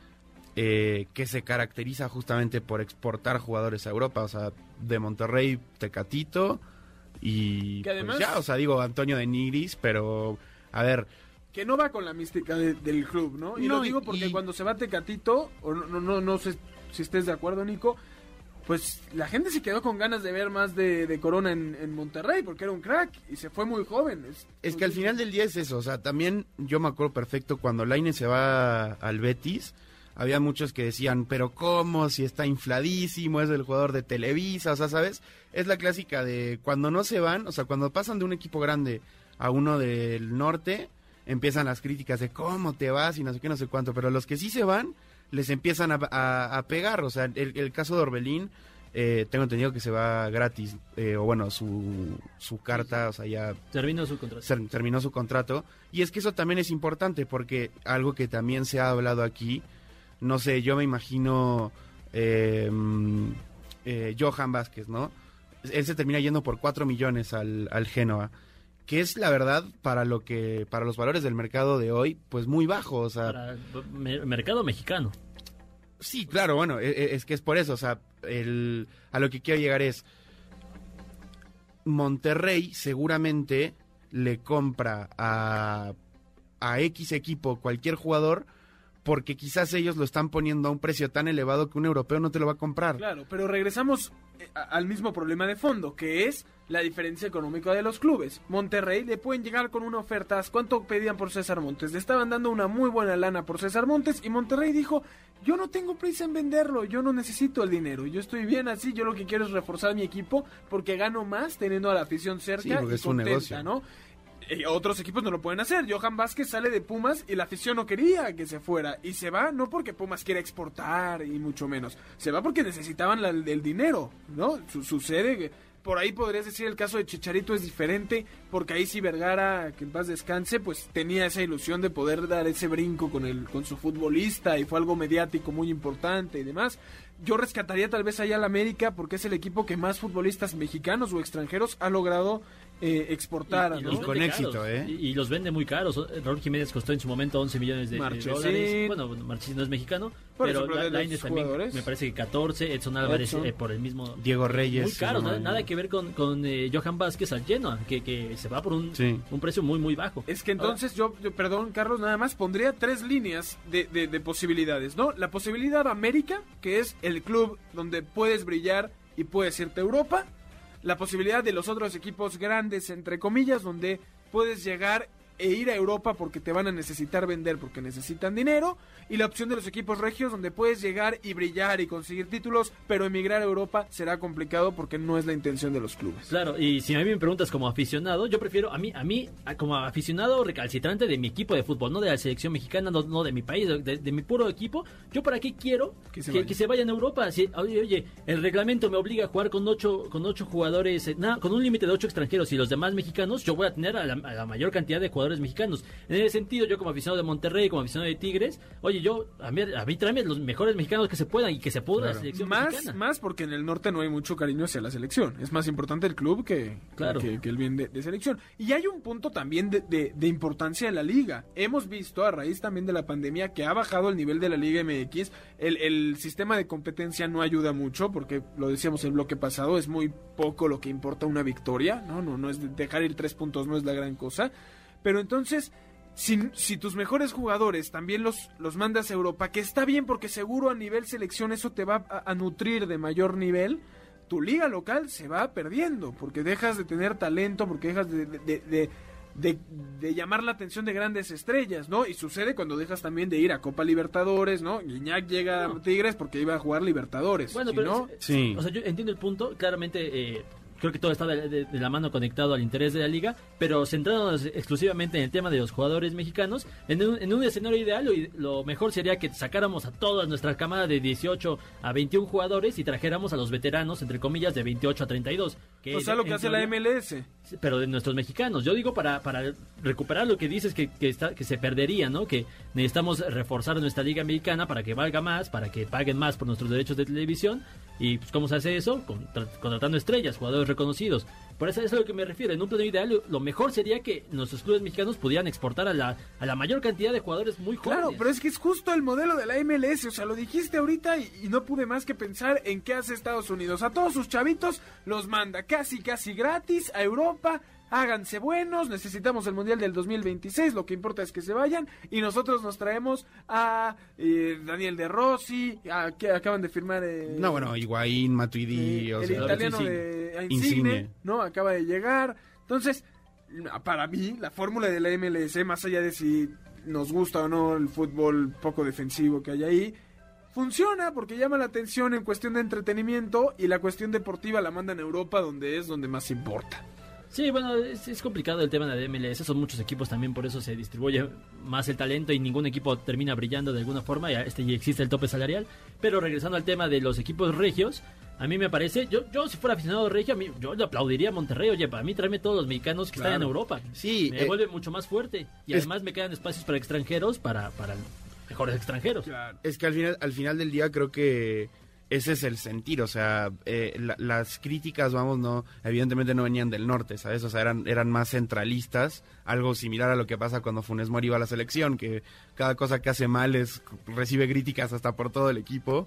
que se caracteriza justamente por exportar jugadores a Europa. O sea, de Monterrey, Tecatito y además, pues ya, o sea, digo, Antonio de Nigris, pero a ver, que no va con la mística del club, ¿no? Y no, lo digo porque cuando se va Tecatito, o no sé si estés de acuerdo, Nico, pues la gente se quedó con ganas de ver más de Corona en Monterrey, porque era un crack y se fue muy joven. Es que al final del día es eso, o sea, también yo me acuerdo perfecto cuando Lainez se va al Betis, había muchos que decían, pero ¿cómo? Si está infladísimo, es el jugador de Televisa, o sea, ¿sabes? Es la clásica de cuando no se van, o sea, cuando pasan de un equipo grande a uno del norte, empiezan las críticas de cómo te vas y no sé qué, no sé cuánto, pero los que sí se van, les empiezan a pegar, o sea, el caso de Orbelín, tengo entendido que se va gratis, o bueno, su carta, o sea, ya terminó su contrato. Terminó su contrato, y es que eso también es importante, porque algo que también se ha hablado aquí, no sé, yo me imagino Johan Vázquez, ¿no? Él se termina yendo por 4 millones al Génova, que es la verdad para los valores del mercado de hoy, pues muy bajo, o sea, para el mercado mexicano. Sí, claro, bueno, es que es por eso, o sea, a lo que quiero llegar es, Monterrey seguramente le compra a X equipo cualquier jugador, porque quizás ellos lo están poniendo a un precio tan elevado que un europeo no te lo va a comprar. Claro, pero regresamos al mismo problema de fondo, que es la diferencia económica de los clubes. Monterrey le pueden llegar con una oferta. ¿Cuánto pedían por César Montes? Le estaban dando una muy buena lana por César Montes y Monterrey dijo, yo no tengo prisa en venderlo, yo no necesito el dinero, yo estoy bien así, yo lo que quiero es reforzar mi equipo porque gano más teniendo a la afición cerca, sí, porque y es contenta, un negocio, ¿no? Otros equipos no lo pueden hacer. Johan Vázquez sale de Pumas y la afición no quería que se fuera. Y se va no porque Pumas quiera exportar y mucho menos. Se va porque necesitaban el dinero, ¿no? Sucede. Por ahí podrías decir el caso de Chicharito es diferente, porque ahí sí Vergara, que en paz descanse, pues tenía esa ilusión de poder dar ese brinco con su futbolista y fue algo mediático muy importante y demás. Yo rescataría tal vez allá al América porque es el equipo que más futbolistas mexicanos o extranjeros ha logrado exportar. Y ¿no? los con vende éxito, caros, y los vende muy caros. Raúl Jiménez costó en su momento 11 millones de dólares. Bueno, Marchesín no es mexicano, pero Lainez también me parece que 14, Edson Álvarez por el mismo. Diego Reyes. Muy caros, nada que ver con Johan Vázquez al Genoa, que se va por un precio muy, muy bajo. Es que entonces yo, perdón, Carlos, nada más pondría 3 líneas de posibilidades, ¿no? La posibilidad América, que es el club donde puedes brillar y puedes irte a Europa. La posibilidad de los otros equipos grandes, entre comillas, donde puedes llegar e ir a Europa porque te van a necesitar vender, porque necesitan dinero. Y la opción de los equipos regios, donde puedes llegar y brillar y conseguir títulos, pero emigrar a Europa será complicado porque no es la intención de los clubes. Claro, y si a mí me preguntas como aficionado, yo prefiero a mí como aficionado recalcitrante de mi equipo de fútbol, no de la selección mexicana, no de mi país, de mi puro equipo. Yo para qué quiero que se vayan a Europa. Si, oye, el reglamento me obliga a jugar con ocho jugadores, con un límite de 8 extranjeros y los demás mexicanos, yo voy a tener a la mayor cantidad de jugadores mexicanos. En ese sentido, yo como aficionado de Monterrey, como aficionado de Tigres, oye, a mí tráeme los mejores mexicanos que se puedan y que se pueda la selección mexicana. Más porque en el norte no hay mucho cariño hacia la selección. Es más importante el club que el bien de selección. Y hay un punto también de importancia en la liga. Hemos visto a raíz también de la pandemia que ha bajado el nivel de la Liga MX. El sistema de competencia no ayuda mucho porque, lo decíamos el bloque pasado, es muy poco lo que importa una victoria. No es dejar ir 3 puntos, no es la gran cosa. Pero entonces, si tus mejores jugadores también los mandas a Europa, que está bien porque seguro a nivel selección eso te va a nutrir de mayor nivel, tu liga local se va perdiendo, porque dejas de tener talento, porque dejas de llamar la atención de grandes estrellas, ¿no? Y sucede cuando dejas también de ir a Copa Libertadores, ¿no? Guiñac llega a Tigres porque iba a jugar Libertadores. Bueno, pero sí. O sea, yo entiendo el punto, claramente creo que todo está de la mano conectado al interés de la liga, pero centrándonos exclusivamente en el tema de los jugadores mexicanos, en un escenario ideal, lo mejor sería que sacáramos a toda nuestra camada de 18 a 21 jugadores y trajéramos a los veteranos, entre comillas, de 28 a 32. O sea, lo que hace la MLS. Pero de nuestros mexicanos. Yo digo para recuperar lo que dices que se perdería, ¿no? Que necesitamos reforzar nuestra liga mexicana para que valga más, para que paguen más por nuestros derechos de televisión. Y pues, ¿cómo se hace eso? Contratando estrellas, jugadores reconocidos. Por eso es a lo que me refiero. En un plano ideal, lo mejor sería que nuestros clubes mexicanos pudieran exportar a la mayor cantidad de jugadores muy jóvenes. Claro, pero es que es justo el modelo de la MLS. O sea, lo dijiste ahorita y no pude más que pensar en qué hace Estados Unidos. A todos sus chavitos los manda casi gratis a Europa. Háganse buenos, necesitamos el Mundial del 2026, lo que importa es que se vayan, y nosotros nos traemos a Daniel De Rossi, que acaban de firmar... Higuaín, Matuidi, el italiano de Insigne, ¿no? Acaba de llegar. Entonces, para mí, la fórmula de la MLS, más allá de si nos gusta o no el fútbol poco defensivo que hay ahí, funciona porque llama la atención en cuestión de entretenimiento, y la cuestión deportiva la mandan a Europa, donde más importa. Sí, bueno, es complicado el tema de la MLS, son muchos equipos también, por eso se distribuye más el talento y ningún equipo termina brillando de alguna forma, y existe el tope salarial. Pero regresando al tema de los equipos regios, a mí me parece, yo si fuera aficionado regio, yo le aplaudiría a Monterrey. Oye, para mí tráeme todos los mexicanos que están en Europa. Sí, me vuelve mucho más fuerte, y además me quedan espacios para extranjeros, para mejores extranjeros. Claro. Es que al final del día creo que ese es el sentir, o sea, las críticas, evidentemente no venían del norte, ¿sabes? O sea, eran más centralistas, algo similar a lo que pasa cuando Funes Mori va a la selección, que cada cosa que hace mal recibe críticas hasta por todo el equipo,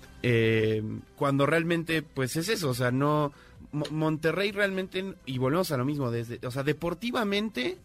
cuando realmente, pues es eso, o sea, no, Monterrey realmente, y volvemos a lo mismo, o sea, deportivamente,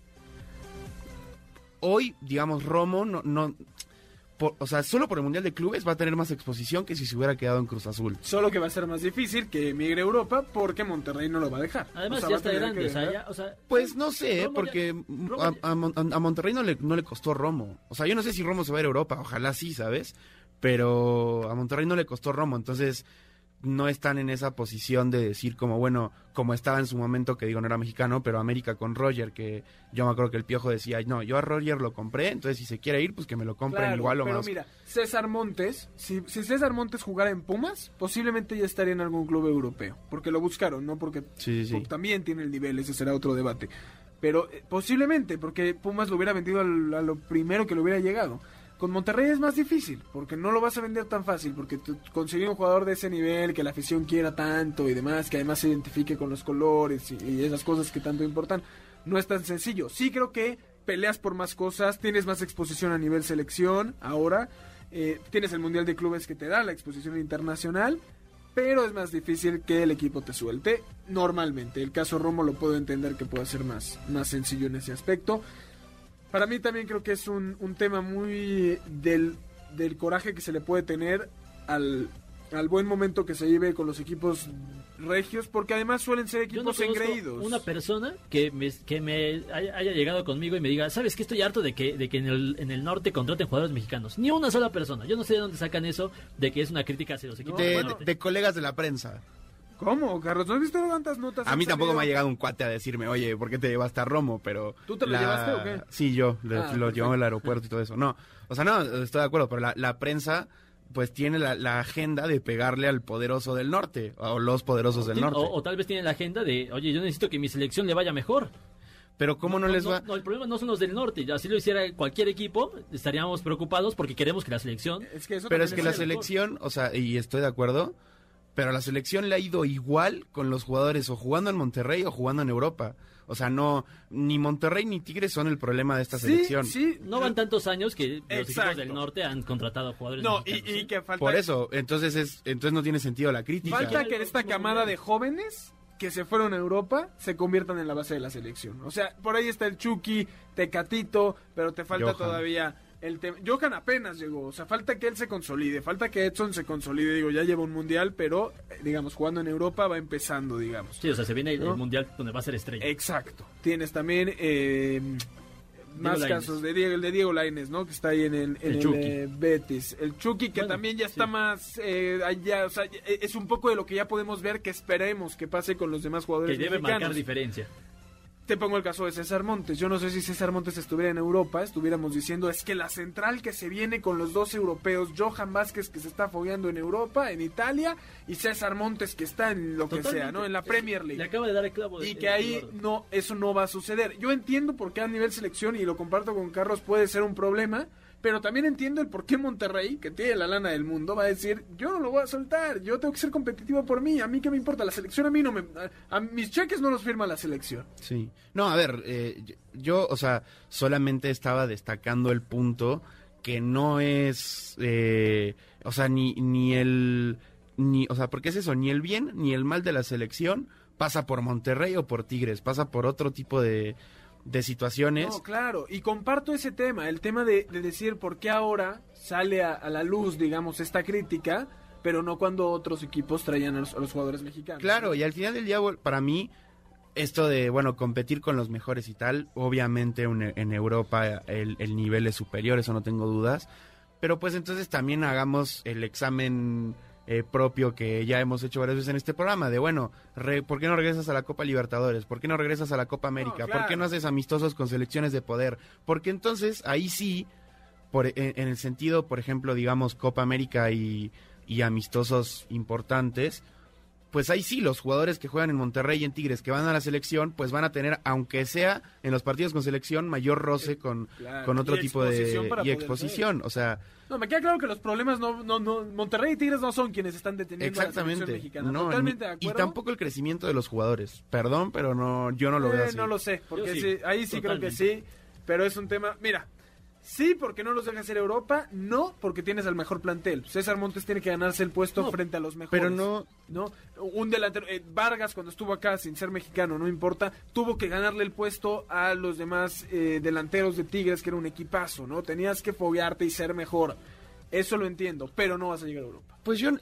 hoy, digamos, Romo, solo por el Mundial de Clubes va a tener más exposición que si se hubiera quedado en Cruz Azul. Solo que va a ser más difícil que emigre a Europa porque Monterrey no lo va a dejar. Además, ya está grande. Pues no sé, porque a Monterrey no le costó Romo. O sea, yo no sé si Romo se va a ir a Europa, ojalá sí, ¿sabes? Pero a Monterrey no le costó Romo, entonces no están en esa posición de decir como estaba en su momento, que digo no era mexicano, pero América con Roger, que yo me acuerdo que el Piojo decía, no, yo a Roger lo compré, entonces si se quiere ir, pues que me lo compren igual o más. Pero mira, César Montes, si César Montes jugara en Pumas, posiblemente ya estaría en algún club europeo, porque lo buscaron, no porque también tiene el nivel, ese será otro debate, pero posiblemente, porque Pumas lo hubiera vendido a lo primero que le hubiera llegado. Con Monterrey es más difícil, porque no lo vas a vender tan fácil, porque conseguir un jugador de ese nivel, que la afición quiera tanto y demás, que además se identifique con los colores y esas cosas que tanto importan, no es tan sencillo. Sí creo que peleas por más cosas, tienes más exposición a nivel selección ahora, tienes el Mundial de Clubes que te da la exposición internacional, pero es más difícil que el equipo te suelte normalmente. El caso Romo lo puedo entender que pueda ser más sencillo en ese aspecto. Para mí también creo que es un tema muy del coraje que se le puede tener al buen momento que se vive con los equipos regios, porque además suelen ser equipos engreídos. Una persona que me haya llegado conmigo y me diga, ¿sabes qué? Estoy harto de que en el norte contraten jugadores mexicanos. Ni una sola persona. Yo no sé de dónde sacan eso de que es una crítica hacia los equipos del norte. De colegas de la prensa. ¿Cómo, Carlos? ¿No has visto tantas notas? A mí tampoco me ha llegado un cuate a decirme, oye, ¿por qué te llevaste a Romo? Pero ¿tú te lo llevaste o qué? Sí, yo lo llevamos al aeropuerto y todo eso. No, o sea, no, estoy de acuerdo, pero la prensa pues tiene la agenda de pegarle al poderoso del norte, o los poderosos del norte. O tal vez tiene la agenda de, oye, yo necesito que mi selección le vaya mejor. Pero ¿cómo no les va? No, el problema no son los del norte. Ya si lo hiciera cualquier equipo, estaríamos preocupados porque queremos que la selección... Pero es que la selección, o sea, y estoy de acuerdo, pero a la selección le ha ido igual con los jugadores o jugando en Monterrey o jugando en Europa. O sea, no, ni Monterrey ni Tigres son el problema de esta selección. Sí, no van tantos años que los equipos del norte han contratado jugadores mexicanos. Y que falta... Por eso, entonces no tiene sentido la crítica. Falta que esta camada de jóvenes que se fueron a Europa se conviertan en la base de la selección. O sea, por ahí está el Chucky, Tecatito, pero te falta todavía... Johan apenas llegó, o sea, falta que él se consolide, falta que Edson se consolide, digo, ya lleva un mundial, pero, digamos, jugando en Europa va empezando, digamos. Sí, o sea, se viene el mundial donde va a ser estrella. Exacto. Tienes también más casos de Diego Lainez, ¿no? Que está ahí en el Betis. El Chucky, que también ya está más allá, o sea, es un poco de lo que ya podemos ver que esperemos que pase con los demás jugadores mexicanos. Que debe marcar diferencia. Te pongo el caso de César Montes. Yo no sé si César Montes estuviera en Europa, estuviéramos diciendo es que la central que se viene con los dos europeos, Johan Vázquez que se está fogueando en Europa, en Italia, y César Montes que está en lo que sea, ¿no? En la Premier League. Le acaba de dar el clavo. Y que ahí no, eso no va a suceder. Yo entiendo por qué a nivel selección, y lo comparto con Carlos, puede ser un problema, pero también entiendo el por qué Monterrey, que tiene la lana del mundo, va a decir, yo no lo voy a soltar, yo tengo que ser competitivo por mí, a mí qué me importa, la selección a mí no me... A mis cheques no los firma la selección. Sí. No, a ver, yo, o sea, solamente estaba destacando el punto que no es, o sea, o sea, porque es eso, ni el bien ni el mal de la selección pasa por Monterrey o por Tigres, pasa por otro tipo de situaciones. No, claro, y comparto ese tema, el tema de decir por qué ahora sale a la luz, digamos, esta crítica, pero no cuando otros equipos traían a los jugadores mexicanos. Claro, ¿no? Y al final del día, para mí, esto de, bueno, competir con los mejores y tal, obviamente en Europa el nivel es superior, eso no tengo dudas, pero pues entonces también hagamos el examen propio que ya hemos hecho varias veces en este programa, de bueno, ¿por qué no regresas a la Copa Libertadores? ¿Por qué no regresas a la Copa América? No, claro. ¿Por qué no haces amistosos con selecciones de poder? Porque entonces ahí sí, en el sentido, por ejemplo, digamos, Copa América y amistosos importantes, pues ahí sí, los jugadores que juegan en Monterrey y en Tigres que van a la selección, pues van a tener, aunque sea en los partidos con selección, mayor roce con otro tipo de exposición, o sea... No, me queda claro que los problemas no Monterrey y Tigres no son quienes están deteniendo a la selección mexicana. No, totalmente de acuerdo. Y tampoco el crecimiento de los jugadores. Perdón, pero no, yo no lo veo así. No lo sé, porque sí, ahí sí totalmente. Creo que sí, pero es un tema... Mira, sí, porque no los deja hacer Europa, no, porque tienes al mejor plantel. César Montes tiene que ganarse el puesto frente a los mejores. Pero no... Un delantero, Vargas cuando estuvo acá sin ser mexicano, no importa, tuvo que ganarle el puesto a los demás delanteros de Tigres, que era un equipazo, ¿no? Tenías que foguearte y ser mejor. Eso lo entiendo, pero no vas a llegar a Europa. Pues yo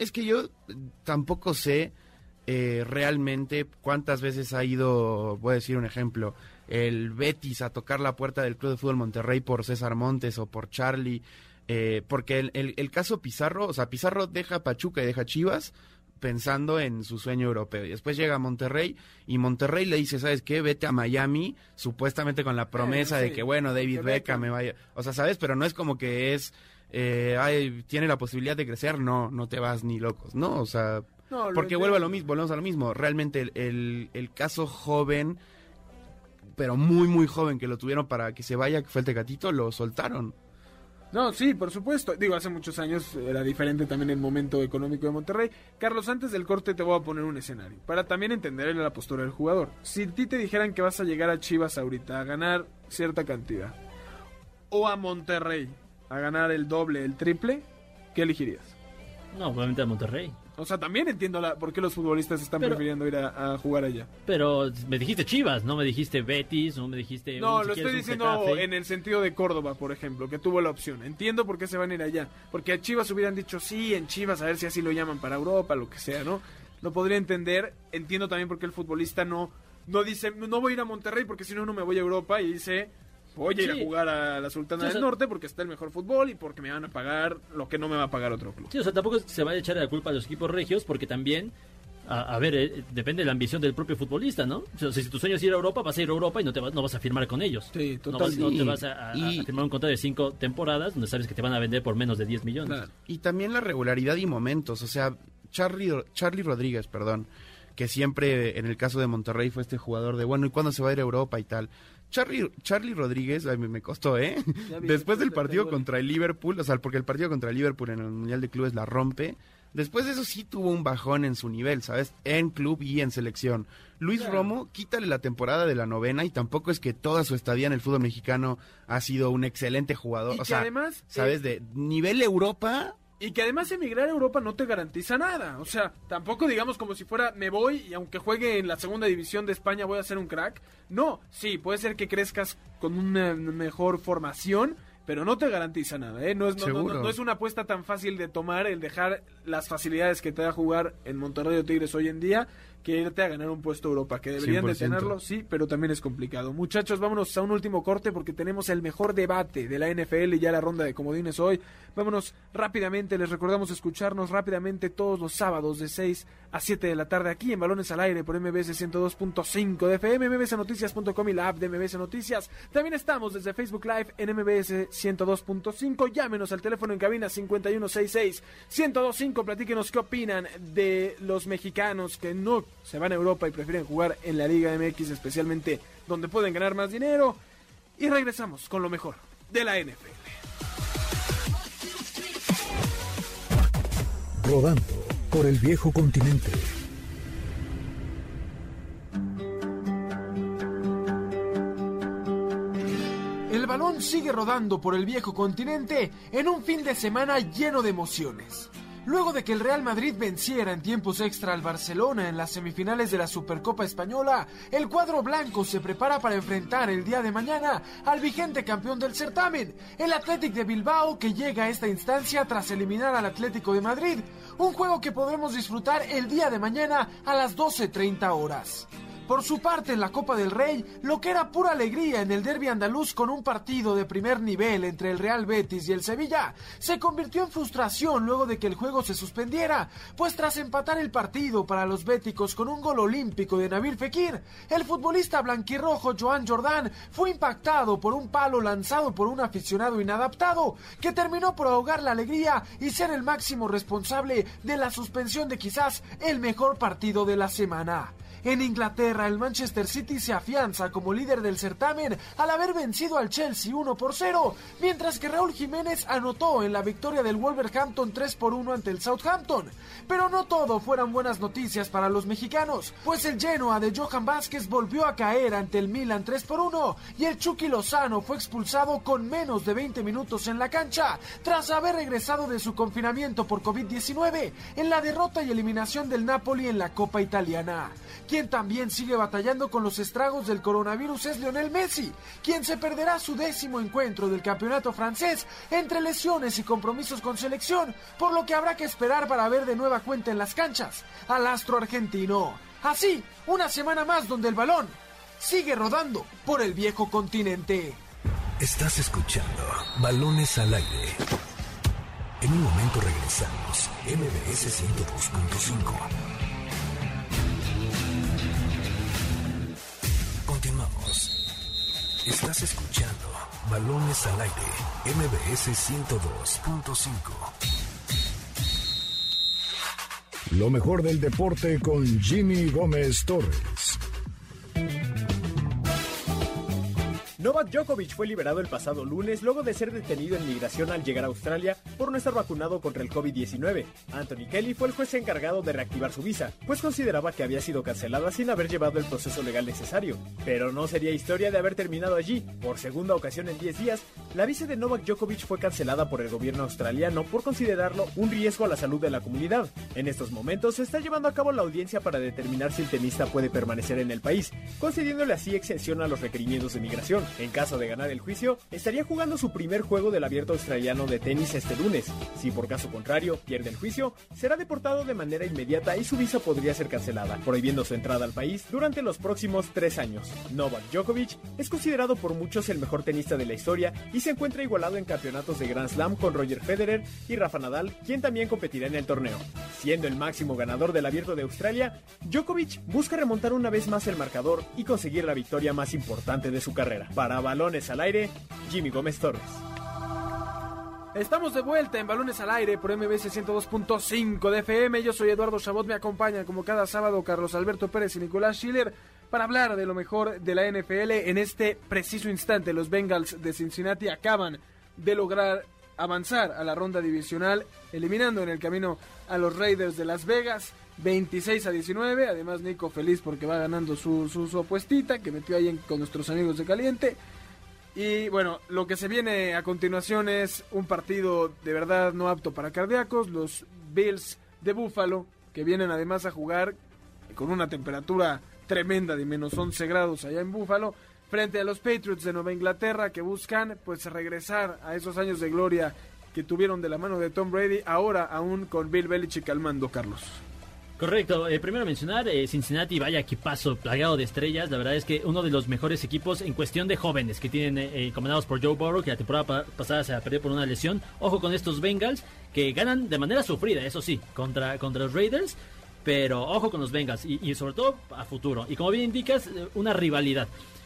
tampoco sé realmente cuántas veces ha ido, voy a decir un ejemplo, el Betis a tocar la puerta del Club de Fútbol Monterrey por César Montes o por Charlie, porque el caso Pizarro, o sea, Pizarro deja Pachuca y deja Chivas pensando en su sueño europeo, y después llega a Monterrey, y Monterrey le dice, ¿sabes qué? Vete a Miami, supuestamente con la promesa de que, bueno, David Beckham me vaya, o sea, ¿sabes? Pero no es como que es, tiene la posibilidad de crecer, no te vas ni locos, ¿no? O sea, porque volvemos a lo mismo, realmente el caso joven, pero muy, muy joven, que lo tuvieron para que se vaya, que fue el Tecatito, lo soltaron. No, sí, por supuesto. Digo, hace muchos años era diferente también el momento económico de Monterrey. Carlos, antes del corte te voy a poner un escenario, para también entender la postura del jugador. Si a ti te dijeran que vas a llegar a Chivas ahorita a ganar cierta cantidad, o a Monterrey a ganar el doble, el triple, ¿qué elegirías? No, obviamente a Monterrey. O sea, también entiendo por qué los futbolistas están prefiriendo ir a jugar allá. Pero me dijiste Chivas, no me dijiste Betis, no me dijiste... No, lo estoy diciendo en el sentido de Córdoba, por ejemplo, que tuvo la opción. Entiendo por qué se van a ir allá. Porque a Chivas hubieran dicho, sí, en Chivas, a ver si así lo llaman para Europa, lo que sea, ¿no? Lo podría entender. Entiendo también por qué el futbolista no dice, no voy a ir a Monterrey porque si no, no me voy a Europa, y dice... Voy a ir a jugar a la Sultana del Norte porque está el mejor fútbol y porque me van a pagar lo que no me va a pagar otro club. Sí, o sea, tampoco se va a echar la culpa a los equipos regios porque también, depende de la ambición del propio futbolista, ¿no? O sea, si tu sueño es ir a Europa, vas a ir a Europa y no vas a firmar con ellos. Sí, totalmente. No te vas a firmar un contrato de 5 temporadas donde sabes que te van a vender por menos de 10 millones. Claro. Y también la regularidad y momentos, o sea, Charly Rodríguez, que siempre en el caso de Monterrey fue este jugador de, bueno, ¿y cuándo se va a ir a Europa y tal? Charly Rodríguez, ay, me costó, después del partido contra el Liverpool, o sea, porque el partido contra el Liverpool en el Mundial de Clubes la rompe, después de eso sí tuvo un bajón en su nivel, ¿sabes? En club y en selección. Luis Romo, quítale la temporada de la 9ª y tampoco es que toda su estadía en el fútbol mexicano ha sido un excelente jugador, y o sea, además, ¿sabes? De nivel Europa... Y que además emigrar a Europa no te garantiza nada. O sea, tampoco digamos como si fuera me voy y aunque juegue en la segunda división de España voy a ser un crack. No, sí, puede ser que crezcas con una mejor formación, pero no te garantiza nada, ¿eh? No es una apuesta tan fácil de tomar el dejar las facilidades que te da jugar en Monterrey o Tigres hoy en día que irte a ganar un puesto a Europa, que deberían 100%. De tenerlo, sí, pero también es complicado. Muchachos, vámonos a un último corte porque tenemos el mejor debate de la NFL y ya la ronda de comodines hoy. Vámonos rápidamente, les recordamos escucharnos rápidamente todos los sábados de 6 a 7 de la tarde aquí en Balones al Aire por MBS 102.5 de FM, mbsnoticias.com y la app de MBS Noticias. También estamos desde Facebook Live en MBS 102.5. Llámenos al teléfono en cabina 5166-1025. Platíquenos qué opinan de los mexicanos que no se van a Europa y prefieren jugar en la Liga MX, especialmente donde pueden ganar más dinero. Y regresamos con lo mejor de la NFL. Rodando por el viejo continente. El balón sigue rodando por el viejo continente en un fin de semana lleno de emociones. Luego de que el Real Madrid venciera en tiempos extra al Barcelona en las semifinales de la Supercopa Española, el cuadro blanco se prepara para enfrentar el día de mañana al vigente campeón del certamen, el Athletic de Bilbao, que llega a esta instancia tras eliminar al Atlético de Madrid, un juego que podremos disfrutar el día de mañana a las 12:30 horas. Por su parte, en la Copa del Rey, lo que era pura alegría en el derbi andaluz con un partido de primer nivel entre el Real Betis y el Sevilla, se convirtió en frustración luego de que el juego se suspendiera, pues tras empatar el partido para los béticos con un gol olímpico de Nabil Fekir, el futbolista blanquirrojo Joan Jordán fue impactado por un palo lanzado por un aficionado inadaptado, que terminó por ahogar la alegría y ser el máximo responsable de la suspensión de quizás el mejor partido de la semana. En Inglaterra, el Manchester City se afianza como líder del certamen al haber vencido al Chelsea 1-0, mientras que Raúl Jiménez anotó en la victoria del Wolverhampton 3-1 ante el Southampton. Pero no todo fueron buenas noticias para los mexicanos, pues el Genoa de Johan Vázquez volvió a caer ante el Milan 3-1 y el Chucky Lozano fue expulsado con menos de 20 minutos en la cancha, tras haber regresado de su confinamiento por COVID-19 en la derrota y eliminación del Napoli en la Copa Italiana. Quien también sigue batallando con los estragos del coronavirus es Lionel Messi, quien se perderá su 10º encuentro del campeonato francés entre lesiones y compromisos con selección, por lo que habrá que esperar para ver de nueva cuenta en las canchas al astro argentino. Así, una semana más donde el balón sigue rodando por el viejo continente. Estás escuchando Balones al Aire. En un momento regresamos, MBS 102.5. Continuamos. Estás escuchando Balones al Aire, MBS 102.5. Lo mejor del deporte con Jimmy Gómez Torres. Novak Djokovic fue liberado el pasado lunes luego de ser detenido en migración al llegar a Australia por no estar vacunado contra el COVID-19. Anthony Kelly fue el juez encargado de reactivar su visa, pues consideraba que había sido cancelada sin haber llevado el proceso legal necesario. Pero no sería historia de haber terminado allí. Por segunda ocasión en 10 días, la visa de Novak Djokovic fue cancelada por el gobierno australiano por considerarlo un riesgo a la salud de la comunidad. En estos momentos se está llevando a cabo la audiencia para determinar si el tenista puede permanecer en el país, concediéndole así exención a los requerimientos de migración. En caso de ganar el juicio, estaría jugando su primer juego del Abierto Australiano de tenis este lunes. Si por caso contrario pierde el juicio, será deportado de manera inmediata y su visa podría ser cancelada, prohibiendo su entrada al país durante los próximos 3 años. Novak Djokovic es considerado por muchos el mejor tenista de la historia y se encuentra igualado en campeonatos de Grand Slam con Roger Federer y Rafa Nadal, quien también competirá en el torneo. Siendo el máximo ganador del Abierto de Australia, Djokovic busca remontar una vez más el marcador y conseguir la victoria más importante de su carrera. Para Balones al Aire, Jimmy Gómez Torres. Estamos de vuelta en Balones al Aire por MBS 102.5 de FM. Yo soy Eduardo Chabot, me acompañan como cada sábado Carlos Alberto Pérez y Nicolás Schiller para hablar de lo mejor de la NFL. En este preciso instante, los Bengals de Cincinnati acaban de lograr avanzar a la ronda divisional, eliminando en el camino a los Raiders de Las Vegas, 26-19. Además, Nico feliz porque va ganando su apuestita que metió ahí con nuestros amigos de Caliente. Y bueno, lo que se viene a continuación es un partido de verdad no apto para cardíacos. Los Bills de Buffalo, que vienen además a jugar con una temperatura tremenda de menos 11 grados allá en Buffalo, frente a los Patriots de Nueva Inglaterra, que buscan pues regresar a esos años de gloria que tuvieron de la mano de Tom Brady, ahora aún con Bill Belichick al mando, Carlos. Correcto, primero mencionar, Cincinnati, vaya equipazo, plagado de estrellas. La verdad es que uno de los mejores equipos en cuestión de jóvenes que tienen, comandados por Joe Burrow, que la temporada pasada se perdió por una lesión. Ojo con estos Bengals, que ganan de manera sufrida, eso sí, contra los Raiders. Pero ojo con los Bengals y sobre todo a futuro. Y como bien indicas, una rivalidad.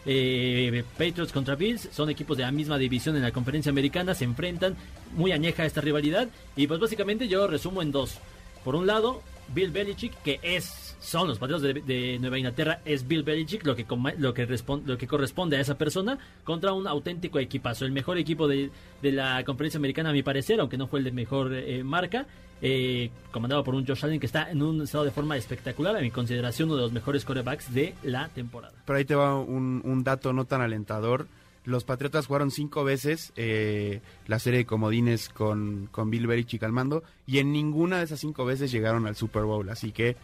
Patriots contra Bills son equipos de la misma división en la conferencia americana, se enfrentan, muy añeja esta rivalidad. Y pues básicamente yo resumo en dos. Por un lado, Bill Belichick, que son los Patriots de Nueva Inglaterra, es Bill Belichick, lo que corresponde a esa persona, contra un auténtico equipazo, el mejor equipo de la conferencia americana a mi parecer, aunque no fue el de mejor marca, comandado por un Josh Allen que está en un estado de forma espectacular, a mi consideración uno de los mejores quarterbacks de la temporada. Pero ahí te va un dato no tan alentador. Los Patriotas jugaron 5 veces la serie de comodines con Bill Belichick al mando, y en ninguna de esas 5 veces llegaron al Super Bowl, así que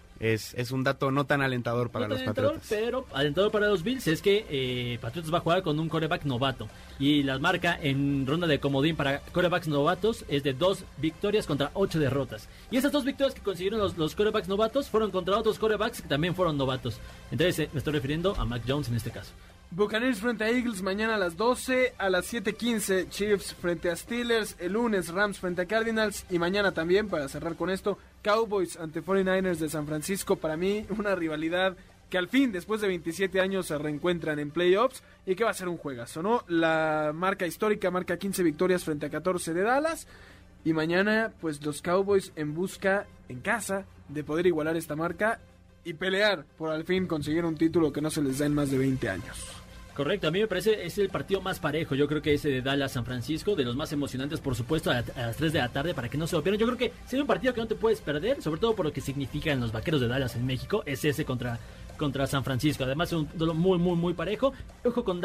es un dato no tan alentador para los Patriotas. Pero alentador para los Bills es que Patriotas va a jugar con un quarterback novato, y la marca en ronda de comodín para quarterbacks novatos es de 2 victorias contra 8 derrotas. Y esas 2 victorias que consiguieron los quarterbacks novatos fueron contra otros quarterbacks que también fueron novatos. Entonces me estoy refiriendo a Mac Jones en este caso. Buccaneers frente a Eagles mañana a las 12, a las 7:15 Chiefs frente a Steelers, el lunes Rams frente a Cardinals, y mañana también, para cerrar con esto, Cowboys ante 49ers de San Francisco. Para mí una rivalidad que al fin, después de 27 años, se reencuentran en playoffs y que va a ser un juegazo, ¿no? La marca histórica marca 15 victorias frente a 14 de Dallas, y mañana pues los Cowboys en busca en casa de poder igualar esta marca y pelear por al fin conseguir un título que no se les da en más de 20 años. Correcto, a mí me parece es el partido más parejo. Yo creo que ese de Dallas-San Francisco, de los más emocionantes, por supuesto, a las 3 de la tarde, para que no se lo pierdan. Yo creo que sería un partido que no te puedes perder, sobre todo por lo que significan los Vaqueros de Dallas en México. Es ese contra San Francisco. Además es un duelo muy, muy, muy parejo. Ojo con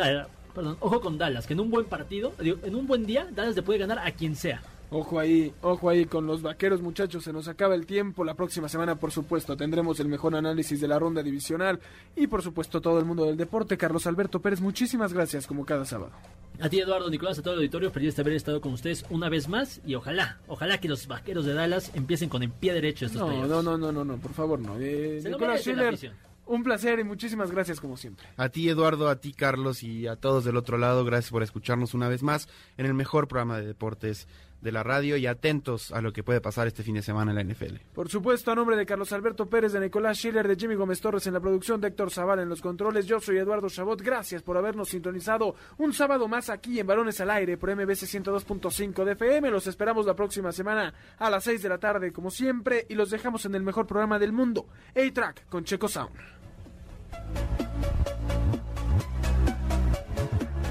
Dallas, que en un buen partido, en un buen día, Dallas le puede ganar a quien sea. Ojo ahí con los Vaqueros, muchachos, se nos acaba el tiempo. La próxima semana, por supuesto, tendremos el mejor análisis de la ronda divisional y, por supuesto, todo el mundo del deporte. Carlos Alberto Pérez, muchísimas gracias, como cada sábado. A ti, Eduardo, Nicolás, a todo el auditorio, feliz de haber estado con ustedes una vez más, y ojalá que los Vaqueros de Dallas empiecen con el pie derecho estos playoffs. No, por favor, no. Nicolás Schiller, un placer y muchísimas gracias como siempre. A ti, Eduardo, a ti, Carlos, y a todos del otro lado, gracias por escucharnos una vez más en el mejor programa de deportes de la radio, y atentos a lo que puede pasar este fin de semana en la NFL. Por supuesto, a nombre de Carlos Alberto Pérez, de Nicolás Schiller, de Jimmy Gómez Torres en la producción, de Héctor Zavala en los controles, yo soy Eduardo Chabot. Gracias por habernos sintonizado un sábado más aquí en Balones al Aire por MBC 102.5 de FM. Los esperamos la próxima semana a las 6 de la tarde, como siempre, y los dejamos en el mejor programa del mundo, A-Track con Checo Sound.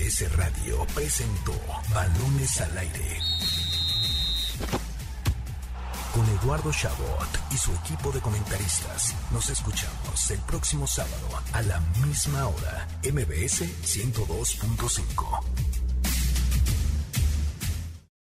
MBS Radio presentó Balones al Aire. Con Eduardo Chabot y su equipo de comentaristas. Nos escuchamos el próximo sábado a la misma hora. MBS 102.5.